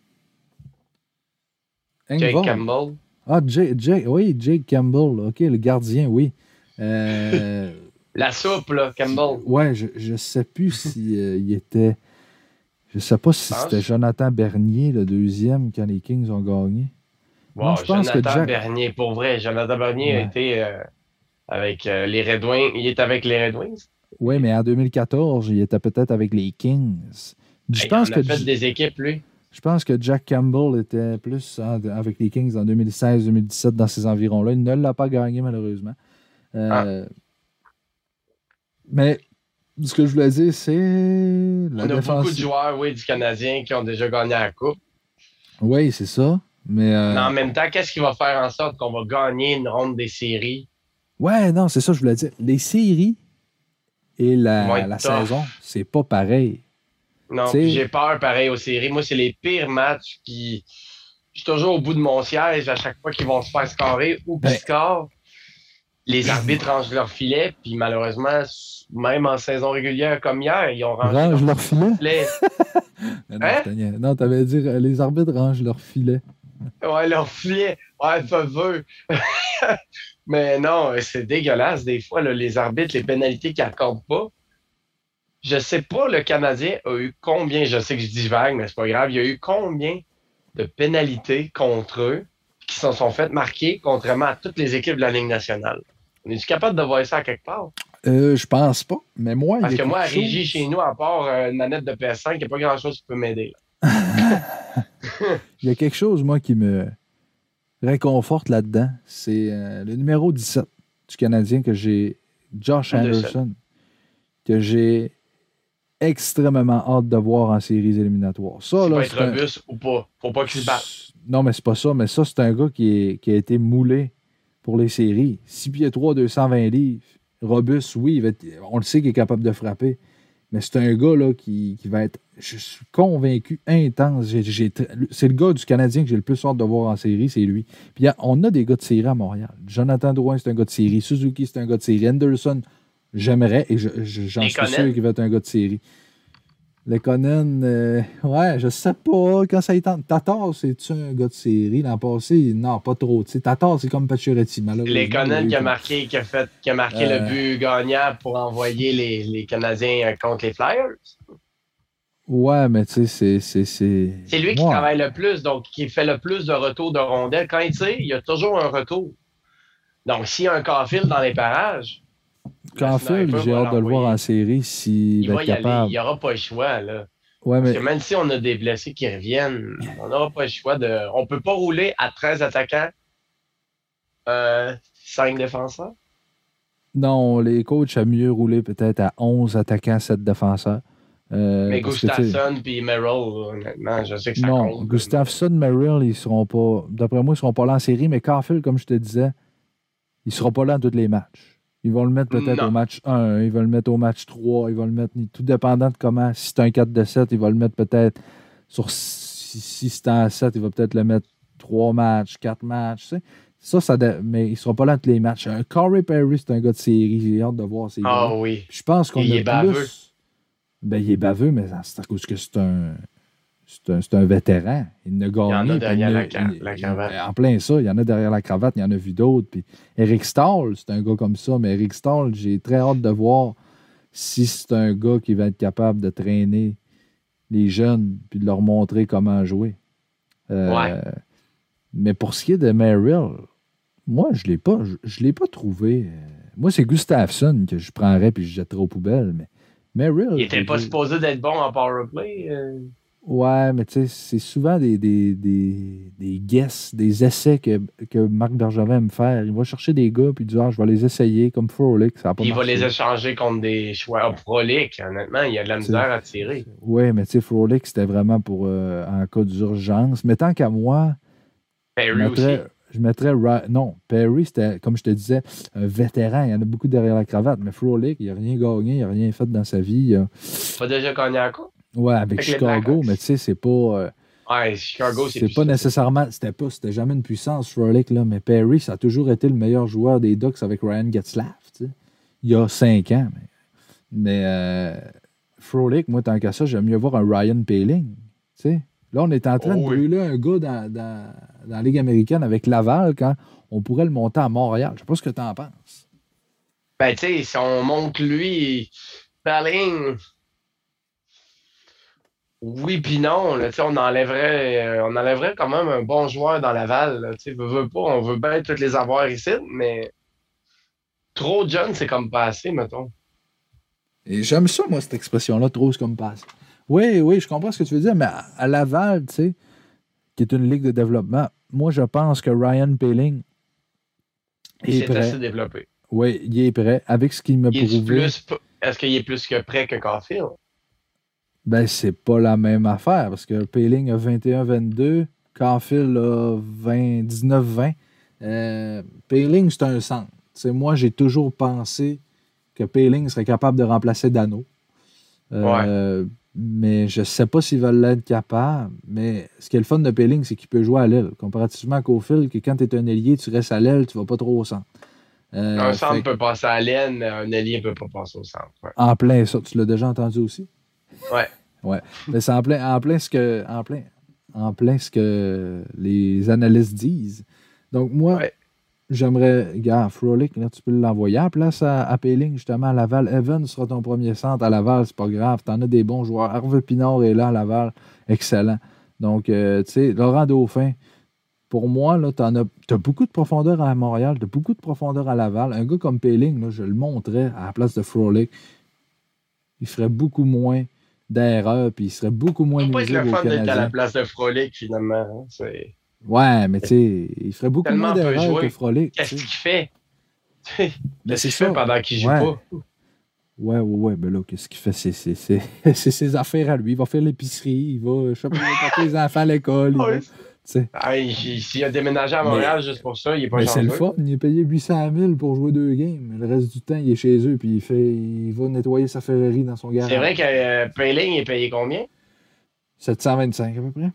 Jake Campbell. Ah, Jake, Jake, oui, Jake Campbell. OK, le gardien, oui. Euh, La soupe, là, Campbell. Ouais, je ne sais plus s'il si, euh, était... Je sais pas si c'était Jonathan Bernier, le deuxième, quand les Kings ont gagné. Wow, non, je pense Jonathan que Jack... Bernier, pour vrai. Jonathan Bernier ouais. a été euh, avec euh, les Red Wings. Il est avec les Red Wings? Oui, mais en deux mille quatorze, il était peut-être avec les Kings. Je hey, pense il que a fait J... des équipes, lui. Je pense que Jack Campbell était plus hein, avec les Kings en deux mille seize deux mille dix-sept, dans ces environs-là. Il ne l'a pas gagné, malheureusement. Euh, ah. Mais ce que je voulais dire, c'est... La On a défense... beaucoup de joueurs, oui, du Canadien qui ont déjà gagné la Coupe. Oui, c'est ça. Mais, euh... mais en même temps, qu'est-ce qui va faire en sorte qu'on va gagner une ronde des séries? Ouais, non, c'est ça que je voulais dire. Les séries et la, la saison, c'est pas pareil. Non, j'ai peur pareil aux séries. Moi, c'est les pires matchs qui... Je suis toujours au bout de mon siège à chaque fois qu'ils vont se faire scorer ou qu'ils ben... scorent. Les arbitres rangent leur filet, puis malheureusement, même en saison régulière comme hier, ils ont rangé Range leur, leur filet. filet. non, hein? non, t'avais dit les arbitres rangent leur filet. Ouais, leur filet. Ouais, ça veut. Mais non, c'est dégueulasse des fois, là, les arbitres, les pénalités qu'ils n'accordent pas. Je sais pas, le Canadien a eu combien, je sais que je dis vague, mais c'est pas grave, il y a eu combien de pénalités contre eux qui s'en sont faites marquer, contrairement à toutes les équipes de la Ligue nationale. On est-tu capable de voir ça à quelque part? Euh, je pense pas, mais moi... Parce il y a que moi, à chose... Régie, chez nous, à part euh, une manette de P S cinq, il n'y a pas grand-chose qui peut m'aider. Il y a quelque chose, moi, qui me réconforte là-dedans. C'est euh, le numéro dix-sept du Canadien que j'ai, Josh Anderson, que j'ai extrêmement hâte de voir en séries éliminatoires. Ça, il là, va être robuste un... ou pas. Faut pas qu'il se batte. Non, mais c'est pas ça. Mais ça, c'est un gars qui, est, qui a été moulé pour les séries. six pieds trois, deux cent vingt livres. Robuste, oui. Il va être... On le sait qu'il est capable de frapper. Mais c'est un gars là, qui, qui va être, je suis convaincu, intense. J'ai, j'ai... C'est le gars du Canadien que j'ai le plus hâte de voir en série, c'est lui. Puis on a des gars de série à Montréal. Jonathan Drouin, c'est un gars de série. Suzuki, c'est un gars de série. Anderson, j'aimerais, et je, je, j'en suis sûr qu'il va être un gars de série. Lekonen, euh, ouais, je sais pas. Quand ça y tente. Tatar, c'est-tu un gars de série? L'an passé, non, pas trop. T'sais, Tatar, c'est comme Pacioretty. Lekonen qui a marqué, qui a fait, qui a marqué euh... le but gagnant pour envoyer les, les Canadiens contre les Flyers. Ouais, mais tu sais, c'est, c'est, c'est. C'est lui qui ouais. travaille le plus, donc qui fait le plus de retours de rondelles. Quand il tire, il y a toujours un retour. Donc, s'il y a un Caulfield dans les parages. Caulfield, j'ai hâte de le voir en série s'il va être capable. Aller. Il n'y aura pas le choix, là. Ouais, Parce mais... que même si on a des blessés qui reviennent, on n'aura pas le choix de. On ne peut pas rouler à treize attaquants, euh, cinq défenseurs. Non, les coachs aiment mieux rouler peut-être à onze attaquants, sept défenseurs. Euh, mais Gustafsson et Merrill, honnêtement, je sais que ça non, compte. Non, Gustafsson, mais... Merrill, ils seront pas. D'après moi, ils ne seront pas là en série, mais Caulfield, comme je te disais, il ne sera pas là dans tous les matchs. Ils vont le mettre peut-être non. au match un, ils vont le mettre au match trois, ils vont le mettre, tout dépendant de comment. Si c'est un quatre de sept, ils vont le mettre peut-être sur. Si, si c'est un sept, il va peut-être le mettre trois matchs, quatre matchs. Tu sais. Ça, ça mais il ne sera pas là dans tous les matchs. Un Corey Perry, c'est un gars de série. J'ai hâte de voir ces Ah gars. oui. Je pense qu'on il a est baveux. plus. Ben, il est baveux, mais c'est à cause que c'est un. C'est un, c'est un vétéran. Il ne gagne. Il y en a derrière il, la, ca- il, la il, cravate. en plein ça, il y en a derrière la cravate, il y en a vu d'autres. Puis Eric Stahl, c'est un gars comme ça, mais Eric Stahl, j'ai très hâte de voir si c'est un gars qui va être capable de traîner les jeunes puis de leur montrer comment jouer. Euh, Ouais. Mais pour ce qui est de Merrill, moi, je l'ai pas, je, je l'ai pas trouvé. Moi, c'est Gustafsson que je prendrais puis je jetterais aux poubelles, mais Merrill. Il était pas je- supposé d'être bon en powerplay. Euh... Ouais, mais tu sais, c'est souvent des, des, des, des guesses, des essais que, que Marc Bergevin aime faire. Il va chercher des gars puis il dit ah, je vais les essayer comme Frolic, ça n'a pas Il va marché. les échanger contre des choix proliques. Honnêtement, il y a de la misère à tirer. Oui, mais tu sais, Frolic, c'était vraiment pour euh, en cas d'urgence. Mais tant qu'à moi, je Perry aussi. mettrais, je mettrais Ra- non, Perry, c'était, comme je te disais, un vétéran. Il y en a beaucoup derrière la cravate, mais Frolic, il n'a rien gagné, il n'a rien fait dans sa vie. Il a- Pas déjà gagné à quoi? Ouais, avec, Avec les Chicago, Blackhawks. mais tu sais, c'est pas. euh, Ouais, Chicago, c'est C'est plus pas ça. nécessairement. C'était pas. C'était jamais une puissance, Frolic, là, mais Perry, ça a toujours été le meilleur joueur des Ducks avec Ryan Getzlaf, tu sais. Il y a cinq ans. Mais, mais euh, Frolic, moi, tant qu'à ça, j'aime mieux voir un Ryan Poehling. Tu sais. Là, on est en train Oh de oui. brûler un gars dans, dans, dans la Ligue américaine avec Laval quand on pourrait le monter à Montréal. Je sais pas ce que tu en penses. Ben, tu sais, si on monte lui, Perling, oui puis non, là, tu sais, on enlèverait, euh, on enlèverait quand même un bon joueur dans Laval, là, tu sais, veut, veut pas, on veut bien toutes les avoir ici, mais trop de jeunes, c'est comme pas assez, mettons. Et j'aime ça, moi, cette expression-là, trop c'est comme passe. Oui, oui, je comprends ce que tu veux dire, mais à, à Laval, tu sais, qui est une ligue de développement, moi, je pense que Ryan Poehling Il est s'est prêt. assez développé. Oui, il est prêt. Avec ce qu'il m'a Il est prouvé, plus, est-ce qu'il est plus que prêt que Caulfield? ben, c'est pas la même affaire parce que Poehling a vingt et un vingt-deux, Caulfield a vingt, dix-neuf vingt. Euh, Poehling, c'est un centre. Tu sais, moi, j'ai toujours pensé que Poehling serait capable de remplacer Dano. Euh, Mais je sais pas s'il va l'être capable. Mais ce qui est le fun de Poehling, c'est qu'il peut jouer à l'aile. Comparativement à Caulfield, que quand tu es un ailier, tu restes à l'aile, tu vas pas trop au centre. Euh, Un centre fait que- peut passer à l'aine, un ailier peut pas passer au centre. Ouais. En plein ça, tu l'as déjà entendu aussi? Ouais. Ouais. Mais c'est en plein, en plein ce que. En plein, en plein ce que les analystes disent. Donc moi, Ouais. j'aimerais. Gars, Frolic, là, tu peux l'envoyer à la place à, à Poehling, justement, à Laval. Evan sera ton premier centre à Laval, c'est pas grave. T'en as des bons joueurs. Hervé Pinard est là à Laval. Excellent. Donc, euh, tu sais, Laurent Dauphin. Pour moi, là, t'en as, t'as beaucoup de profondeur à Montréal, t'as beaucoup de profondeur à Laval. Un gars comme Poehling, là, je le montrais à la place de Frolic. Il ferait beaucoup moins d'erreurs, puis il serait beaucoup moins Ça va pas être nuisible le aux fun d'être à la Canadiens. place de Frolic, finalement. hein. C'est Ouais, mais tu sais, il ferait beaucoup tellement moins peu d'erreurs joué. que Frolic. tu Qu'est-ce sais. qu'il fait? Mais Qu'est-ce c'est qu'il fait ça. pendant qu'il joue Ouais. pas? Ouais, ouais, ouais, ben là, qu'est-ce qu'il fait? C'est, c'est, c'est, c'est ses affaires à lui. Il va faire l'épicerie, il va, je sais pas, il va porter les enfants à l'école. il va- Ouais. tu sais. Ah, il- il- S'il a déménagé à Mais- Montréal juste pour ça, il est pas Mais c'est chanceux. le fun, il est payé huit cent mille pour jouer deux games. Le reste du temps, il est chez eux, puis il, fait, il va nettoyer sa Ferrari dans son garage. C'est vrai que euh, Poehling est payé combien? sept cent vingt-cinq à peu près.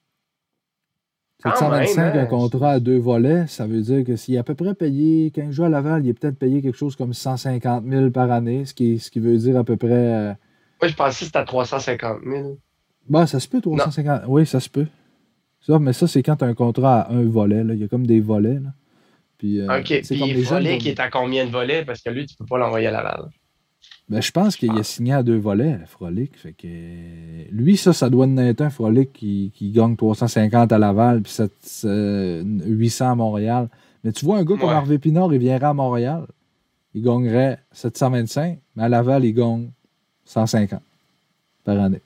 Quand sept cent vingt-cinq, même, hein? un contrat à deux volets, ça veut dire que s'il est à peu près payé, quand il joue à Laval, il est peut-être payé quelque chose comme cent cinquante mille par année, ce qui, ce qui veut dire à peu près. euh, Moi, je pensais que c'était à trois cent cinquante mille. Bah, ça se peut, trois cent cinquante. Oui, ça se peut. Ça, mais ça, c'est quand tu as un contrat à un volet. Là. Il y a comme des volets. Là. Puis, euh, OK. c'est comme Puis les jeunes. Frolic, vont- il est à combien de volets? Parce que lui, tu peux pas l'envoyer à Laval. Ben, je pense qu'il a signé à deux volets, Frolic. Fait que, euh, lui, ça, ça doit en être un Frolic qui, qui gagne trois cent cinquante à Laval puis sept- euh, huit cents à Montréal. Mais tu vois, un gars comme Ouais. Harvey Pinard, il viendrait à Montréal, il gagnerait sept cent vingt-cinq, mais à Laval, il gagne cent cinquante par année.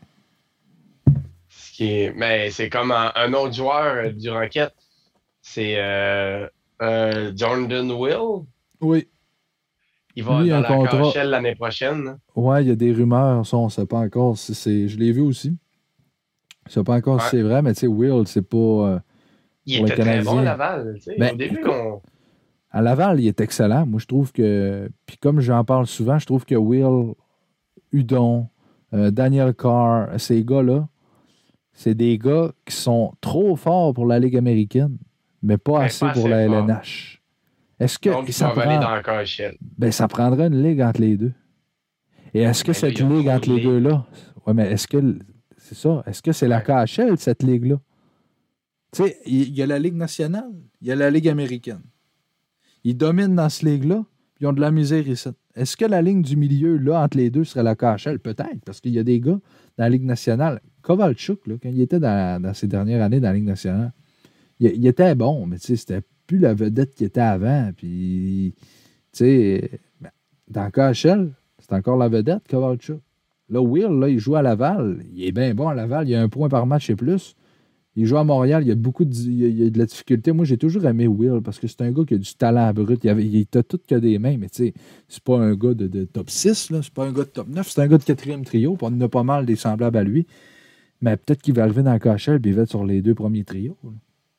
Ce qui est... Mais c'est comme un, un autre joueur euh, du Rocket. C'est euh, euh, Jordan Will. Oui. Il va Lui, dans un la contrat- K H L l'année prochaine. hein. Ouais, il y a des rumeurs, ça, on ne sait pas encore. si c'est- Je l'ai vu aussi. Je ne sais pas encore si Ouais. c'est vrai, mais tu sais, Will, c'est pas. euh, Il Pour était le très bon Canadien. à Laval. tu sais. Ben, Au début, écoute, on... À Laval, il est excellent. Moi, je trouve que. Puis comme j'en parle souvent, je trouve que Will, Hudon, euh, Daniel Carr, ces gars-là, c'est des gars qui sont trop forts pour la Ligue américaine, mais pas Mais assez pas pour assez la fort. L N H. Est-ce que Donc, ils ça, doivent aller prend... dans la K H L. ben, ça prendrait une ligue entre les deux? Et est-ce que Ben là, cette il y a ligue trop entre de les ligues. deux-là, ouais, mais est-ce que c'est ça? Est-ce que c'est la Ouais. K H L, cette ligue-là? Tu sais, il y a la Ligue nationale, il y a la Ligue américaine. Ils dominent dans cette ligue-là, puis ils ont de la misère ici. Est-ce que la ligne du milieu, là, entre les deux, serait la K H L? Peut-être, parce qu'il y a des gars dans la Ligue nationale. Kovalchuk, là, quand il était dans, dans ses dernières années dans la Ligue nationale, il, il était bon, mais tu sais, c'était plus la vedette qu'il était avant. Puis, tu sais, ben, dans K H L, c'est encore la vedette, Kovalchuk. Là, Will, là, il joue à Laval. Il est bien bon à Laval. Il a un point par match et plus. Il joue à Montréal, il y a beaucoup de, il y a, il y a de la difficulté. Moi, j'ai toujours aimé Will parce que c'est un gars qui a du talent brut. Il, avait, il était tout que des mains, mais tu sais, c'est pas un gars de, de top six, là. C'est pas un gars de top neuf, c'est un gars de quatrième trio. Puis on en a pas mal des semblables à lui. Mais peut-être qu'il va arriver dans le K H L et il va être sur les deux premiers trios. Là.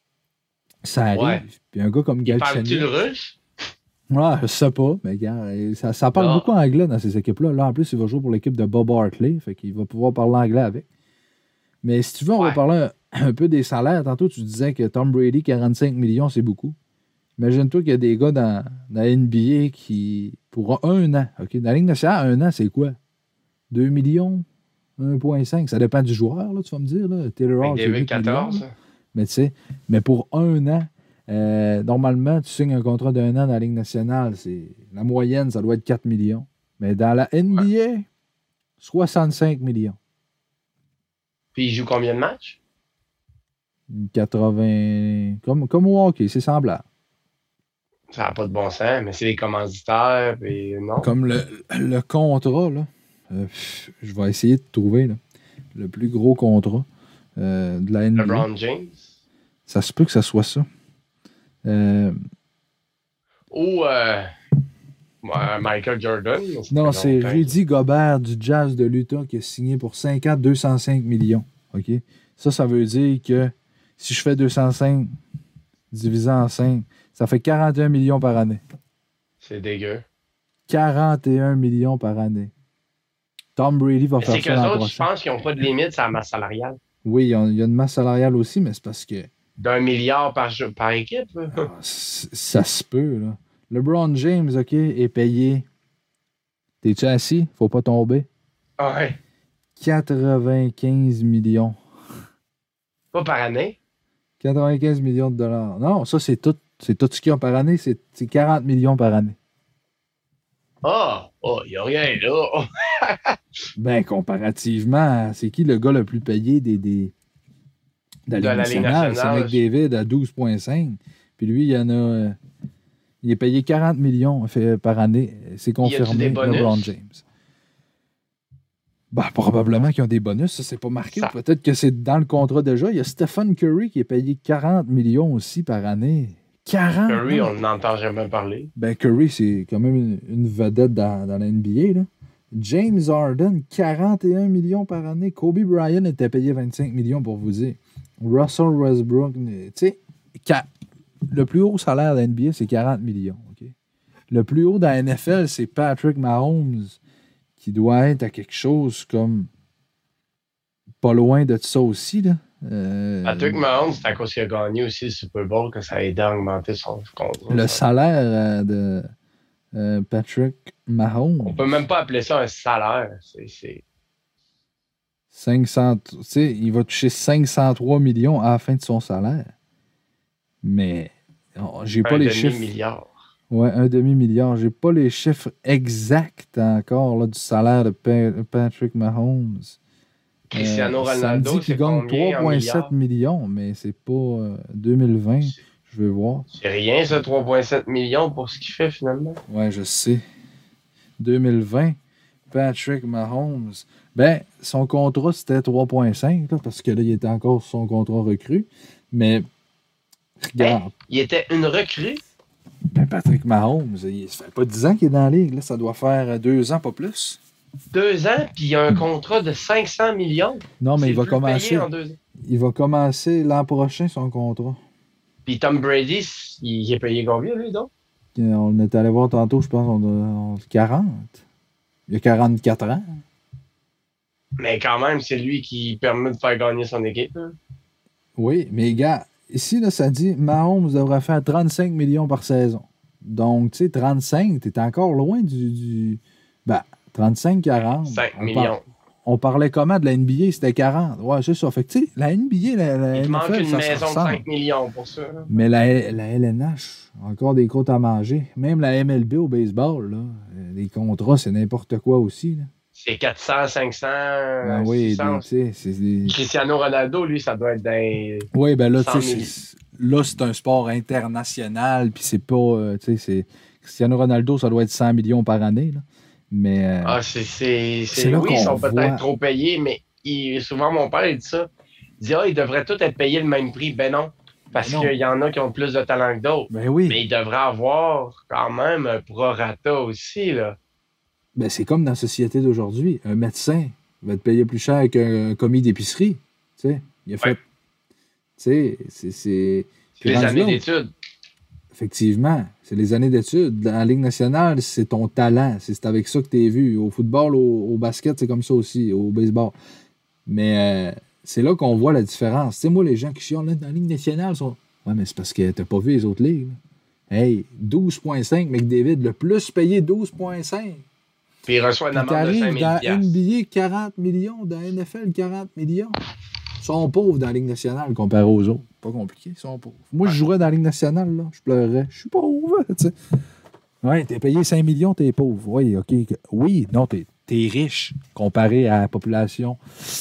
Ça arrive. Ouais. Puis un gars comme Il parle-tu Galchenyuk. le russe? Ouais, je sais pas, mais gars, ça, ça parle Non. beaucoup anglais dans ces équipes-là. Là, en plus, il va jouer pour l'équipe de Bob Hartley, fait qu'il va pouvoir parler anglais avec. Mais si tu veux, on Ouais. va parler un, un peu des salaires. Tantôt, tu disais que Tom Brady, quarante-cinq millions, c'est beaucoup. Imagine-toi qu'il y a des gars dans, dans la N B A qui, pour un an, OK? Dans la Ligue nationale, un an, c'est quoi? deux millions? un virgule cinq? Ça dépend du joueur, là, tu vas me dire. Là. Taylor Hall, c'est McDavid huit quatorze. millions. Là. Mais tu sais, mais pour un an, euh, normalement, tu signes un contrat d'un an dans la Ligue nationale. C'est, la moyenne, ça doit être quatre millions. Mais dans la N B A, ouais. soixante-cinq millions. Puis il joue combien de matchs? quatre-vingts. Comme, comme au hockey, c'est semblable. Ça n'a pas de bon sens, mais c'est les commanditaires, et non. Comme le, le contrat, là. Euh, je vais essayer de trouver là, le plus gros contrat euh, de la N B A. LeBron James. Ça se peut que ça soit ça. Euh, Ou euh, Michael Jordan. non, c'est Rudy Gobert du Jazz de l'Utah qui a signé pour cinq ans, deux cent cinq millions. OK? Ça, ça veut dire que si je fais deux cent cinq divisé en cinq, ça fait quarante et un millions par année. C'est dégueu. quarante et un millions par année. Tom Brady va mais faire ça l'an prochain. C'est qu'eux autres, je pense qu'ils n'ont pas de limite sur la masse salariale. Oui, il y a une masse salariale aussi, mais c'est parce que... D'un milliard par, par équipe. Ah, ça se peut, là. LeBron James, OK, est payé. T'es-tu assis? Faut pas tomber. Ouais. quatre-vingt-quinze millions. Pas par année? quatre-vingt-quinze millions de dollars. Non, ça, c'est tout, c'est tout ce qu'il y a par année. C'est, c'est quarante millions par année. Ah! Oh, il n'y a rien là. Ben, comparativement, c'est qui le gars le plus payé des, des, de la, de Ligue, la nationale? Ligue nationale? C'est McDavid à douze virgule cinq. Puis lui, il y en a... Euh, il est payé quarante millions fait, par année. C'est confirmé, LeBron James. Ben, probablement qu'ils ont des bonus. Ça, c'est pas marqué. Ça. Peut-être que c'est dans le contrat déjà. Il y a Stephen Curry qui est payé quarante millions aussi par année. quarante! Curry, on n'entend jamais parler. Ben, Curry, c'est quand même une, une vedette dans, dans la N B A, là. James Harden, quarante et un millions par année. Kobe Bryant était payé vingt-cinq millions pour vous dire. Russell Westbrook, tu sais, le plus haut salaire de la N B A, c'est quarante millions. Okay? Le plus haut dans la N F L, c'est Patrick Mahomes, qui doit être à quelque chose comme pas loin de ça aussi. Là. Euh, Patrick Mahomes, c'est à cause qu'il a gagné aussi le Super Bowl que ça a aidé à augmenter son compte. Le salaire euh, de euh, Patrick Mahomes. On peut même pas appeler ça un salaire. C'est, c'est... cinq cents, tu sais, il va toucher cinq cent trois millions à la fin de son salaire. Mais oh, j'ai pas un les chiffres. Un demi-milliard. Ouais, un demi-milliard. J'ai pas les chiffres exacts encore là, du salaire de pa- Patrick Mahomes. Cristiano euh, Ronaldo, ça me dit qu'il gagne trois virgule sept millions, mais c'est pas euh, deux mille vingt. C'est, je vais voir. C'est rien, ça, trois virgule sept millions pour ce qu'il fait finalement. Ouais, je sais. deux mille vingt, Patrick Mahomes. Ben, son contrat, c'était trois virgule cinq, là, parce que là, il était encore sur son contrat recru. Mais, regarde. Hein? Il était une recrue? Ben, Patrick Mahomes, il, ça fait pas dix ans qu'il est dans la ligue. Là. Ça doit faire deux ans, pas plus. Deux ans, puis il a un contrat de cinq cents millions. Non, mais c'est il va commencer. En deux ans. Il va commencer l'an prochain son contrat. Puis Tom Brady, il est payé combien, lui, donc? On est allé voir tantôt, je pense, on a, on a quarante. Il a quarante-quatre ans. Mais quand même, c'est lui qui permet de faire gagner son équipe. Hein? Oui, mais gars, ici, là, ça dit Mahomes devrait faire trente-cinq millions par saison. Donc, tu sais, trente-cinq, t'es encore loin du... du... Ben, trente-cinq quarante. cinq on millions. Par... On parlait comment de la N B A? C'était quarante. Ouais, c'est ça. Fait que, tu sais, la N B A, la, la Il te N F L, manque une ça maison de cinq millions pour ça. Là. Mais la, la L N H, encore des côtes à manger. Même la M L B au baseball, là, les contrats, c'est n'importe quoi aussi. Là. C'est quatre cents, cinq cents, ben oui, six cents. Des, c'est des... Cristiano Ronaldo, lui, ça doit être dans oui, ben là, tu sais, là, c'est un sport international, puis c'est pas, euh, tu sais, c'est... Cristiano Ronaldo, ça doit être cent millions par année, là. Mais... Euh, ah, c'est... c'est, c'est oui, ils sont voit... peut-être trop payés, mais il, souvent, mon père, il dit ça. Il dit, ah, ils devraient tous être payés le même prix. Ben non, parce ben qu'il y en a qui ont plus de talent que d'autres. Ben oui. Mais ils devraient avoir quand même un prorata aussi, là. Ben, c'est comme dans la société d'aujourd'hui. Un médecin va te payer plus cher qu'un commis d'épicerie. Tu sais, il a fait... Ouais. Tu sais, c'est... C'est, c'est les années d'études. Effectivement, c'est les années d'études. Dans la Ligue nationale, c'est ton talent. C'est avec ça que tu es vu. Au football, au, au basket, c'est comme ça aussi, au baseball. Mais euh, c'est là qu'on voit la différence. Tu sais, moi, les gens qui chiolent là, dans la Ligue nationale sont... Ouais, mais c'est parce que t'as pas vu les autres ligues. Là. Hey, douze virgule cinq, McDavid, le plus payé douze virgule cinq. Puis il reçoit une amende de cinq mille dollars. Dans N B A, quarante millions. Dans N F L, quarante millions. Ils sont pauvres dans la Ligue nationale comparé aux autres. Pas compliqué, ils sont pauvres. Moi, ouais. je jouerais dans la Ligue nationale, là. Je pleurerais. Je suis pauvre, tu sais. Ouais, t'es payé cinq millions, t'es pauvre. Oui, OK. Oui, non, t'es, t'es riche comparé à la population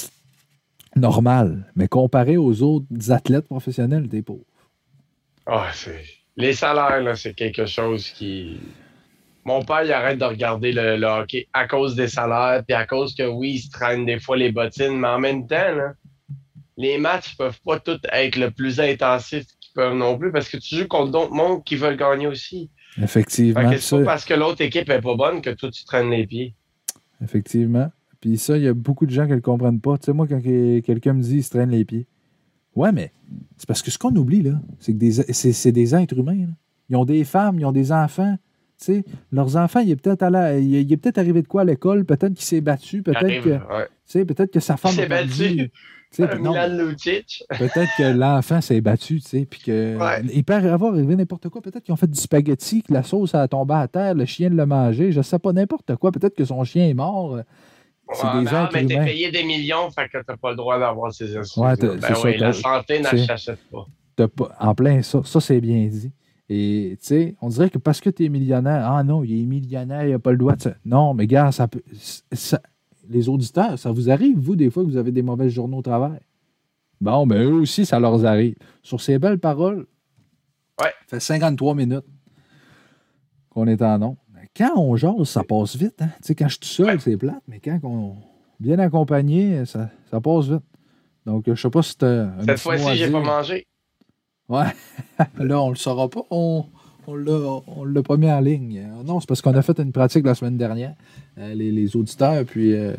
normale. Mais comparé aux autres athlètes professionnels, t'es pauvre. Ah, c'est... Les salaires, là, c'est quelque chose qui... Mon père, il arrête de regarder le, le hockey à cause des salaires, puis à cause que, oui, il se traîne des fois les bottines, mais en même temps, là, les matchs peuvent pas tous être le plus intensifs qu'ils peuvent non plus, parce que tu joues contre d'autres mondes qui veulent gagner aussi. Effectivement. Fait que c'est pas parce que l'autre équipe est pas bonne que toi, tu traînes les pieds. Effectivement. Puis ça, il y a beaucoup de gens qui le comprennent pas. Tu sais, moi, quand quelqu'un me dit « il se traîne les pieds », ouais, mais c'est parce que ce qu'on oublie, là, c'est que des, c'est, c'est des êtres humains. Là. Ils ont des femmes, ils ont des enfants. T'sais, leurs enfants, il est peut-être allé, il est peut-être arrivé de quoi à l'école, peut-être qu'il s'est battu, peut-être arrive, que, ouais. peut-être que sa femme il s'est battu. T'sais, non, peut-être que l'enfant s'est battu, puis que ouais. il peut avoir arrivé n'importe quoi. Peut-être qu'ils ont fait du spaghetti, que la sauce a tombé à terre, le chien l'a mangé, je sais pas, n'importe quoi. Peut-être que son chien est mort. C'est ouais, des mais, êtres mais humains. T'es payé des millions, fait que t'as pas le droit d'avoir ces excuses. Ouais, ben c'est oui, ça, la santé n'achète pas. T'as pas. En plein ça, ça c'est bien dit. Et, tu sais, on dirait que parce que tu es millionnaire, ah non, il est millionnaire, il n'a pas le droit de ça. Non, mais gars, ça peut. Ça, les auditeurs, ça vous arrive, vous, des fois, que vous avez des mauvaises journées au travail? Bon, ben eux aussi, ça leur arrive. Sur ces belles paroles, ouais. ça fait cinquante-trois minutes qu'on est en nom. Quand on jase, ça passe vite. Hein? Tu sais, quand je suis tout seul, ouais. c'est plate, mais quand on est bien accompagné, ça, ça passe vite. Donc, je sais pas si t'as. Cette fois-ci, j'ai pas mangé. Ouais, là, on le saura pas. On, on, l'a, on l'a pas mis en ligne. Non, c'est parce qu'on a fait une pratique la semaine dernière, euh, les, les auditeurs, puis euh...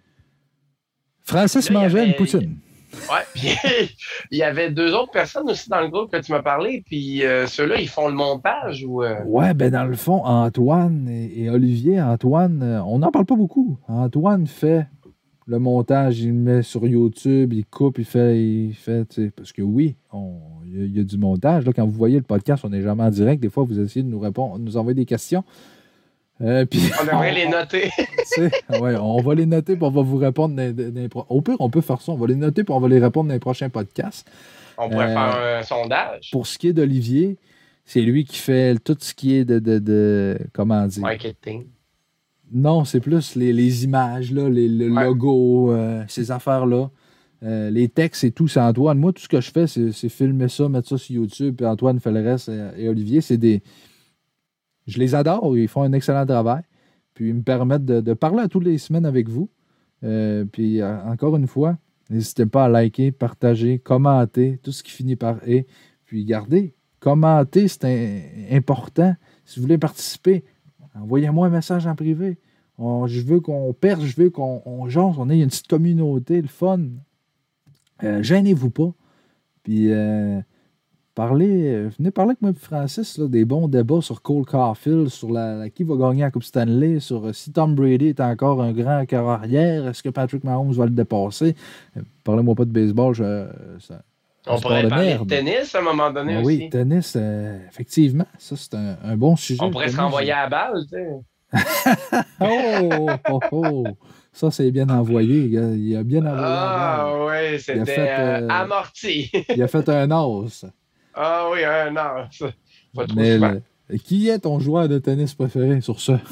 Francis là, mangeait avait... une poutine. Ouais, puis il y avait deux autres personnes aussi dans le groupe que tu m'as parlé, puis euh, ceux-là, ils font le montage ou... Euh... Ouais, ben dans le fond, Antoine et, et Olivier, Antoine, euh, on n'en parle pas beaucoup. Antoine fait... Le montage, il le met sur YouTube, il coupe, il fait, il fait, tu sais, parce que oui, il y, y a du montage. Là, quand vous voyez le podcast, on n'est jamais en direct. Des fois, vous essayez de nous répondre, de nous envoyer des questions. Euh, puis, on devrait on, les noter. Ouais, on va les noter puis on va vous répondre. Dans, dans, dans, au pire, on peut faire ça. On va les noter puis on va les répondre dans les prochains podcasts. On pourrait euh, faire un sondage. Pour ce qui est d'Olivier, c'est lui qui fait tout ce qui est de, de, de comment dire? Marketing. Non, c'est plus les, les images, là, les, le ouais. logo, euh, ces affaires-là. Euh, les textes et tout, c'est Antoine. Moi, tout ce que je fais, c'est, c'est filmer ça, mettre ça sur YouTube, puis Antoine fait le reste. Et, et Olivier, c'est des... Je les adore, ils font un excellent travail. Puis ils me permettent de, de parler à toutes les semaines avec vous. Euh, puis euh, encore une fois, n'hésitez pas à liker, partager, commenter, tout ce qui finit par « et ». Puis gardez, commenter, c'est un, important. Si vous voulez participer, envoyez-moi un message en privé. On, je veux qu'on perce, je veux qu'on on jase, on ait une petite communauté, le fun. Euh, gênez-vous pas. Puis euh, parlez, euh, venez parler avec moi et Francis là, des bons débats sur Cole Caulfield, sur la, la, qui va gagner la Coupe Stanley, sur euh, si Tom Brady est encore un grand carrière, est-ce que Patrick Mahomes va le dépasser? Euh, parlez-moi pas de baseball, je, ça, on pourrait parler merde. de tennis à un moment donné ben aussi. Oui, tennis, euh, effectivement, ça c'est un, un bon sujet. On pourrait se renvoyer à la balle, tu sais. oh, oh, oh! Ça, c'est bien envoyé. Il a, il a bien envoyé. Ah oui, c'était fait, euh, amorti. Il a fait un os. Ah oui, un os. Pas trop Mais souvent. Le, qui est ton joueur de tennis préféré sur ça?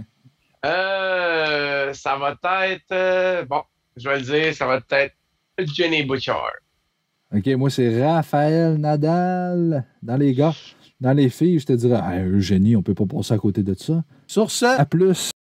euh, ça va être... Euh, bon, je vais le dire, ça va être Jenny Bouchard. OK, moi, c'est Raphaël Nadal. Dans les gars, dans les filles, je te dirais, ah, Eugénie, on peut pas passer à côté de ça. Sur ça, à plus.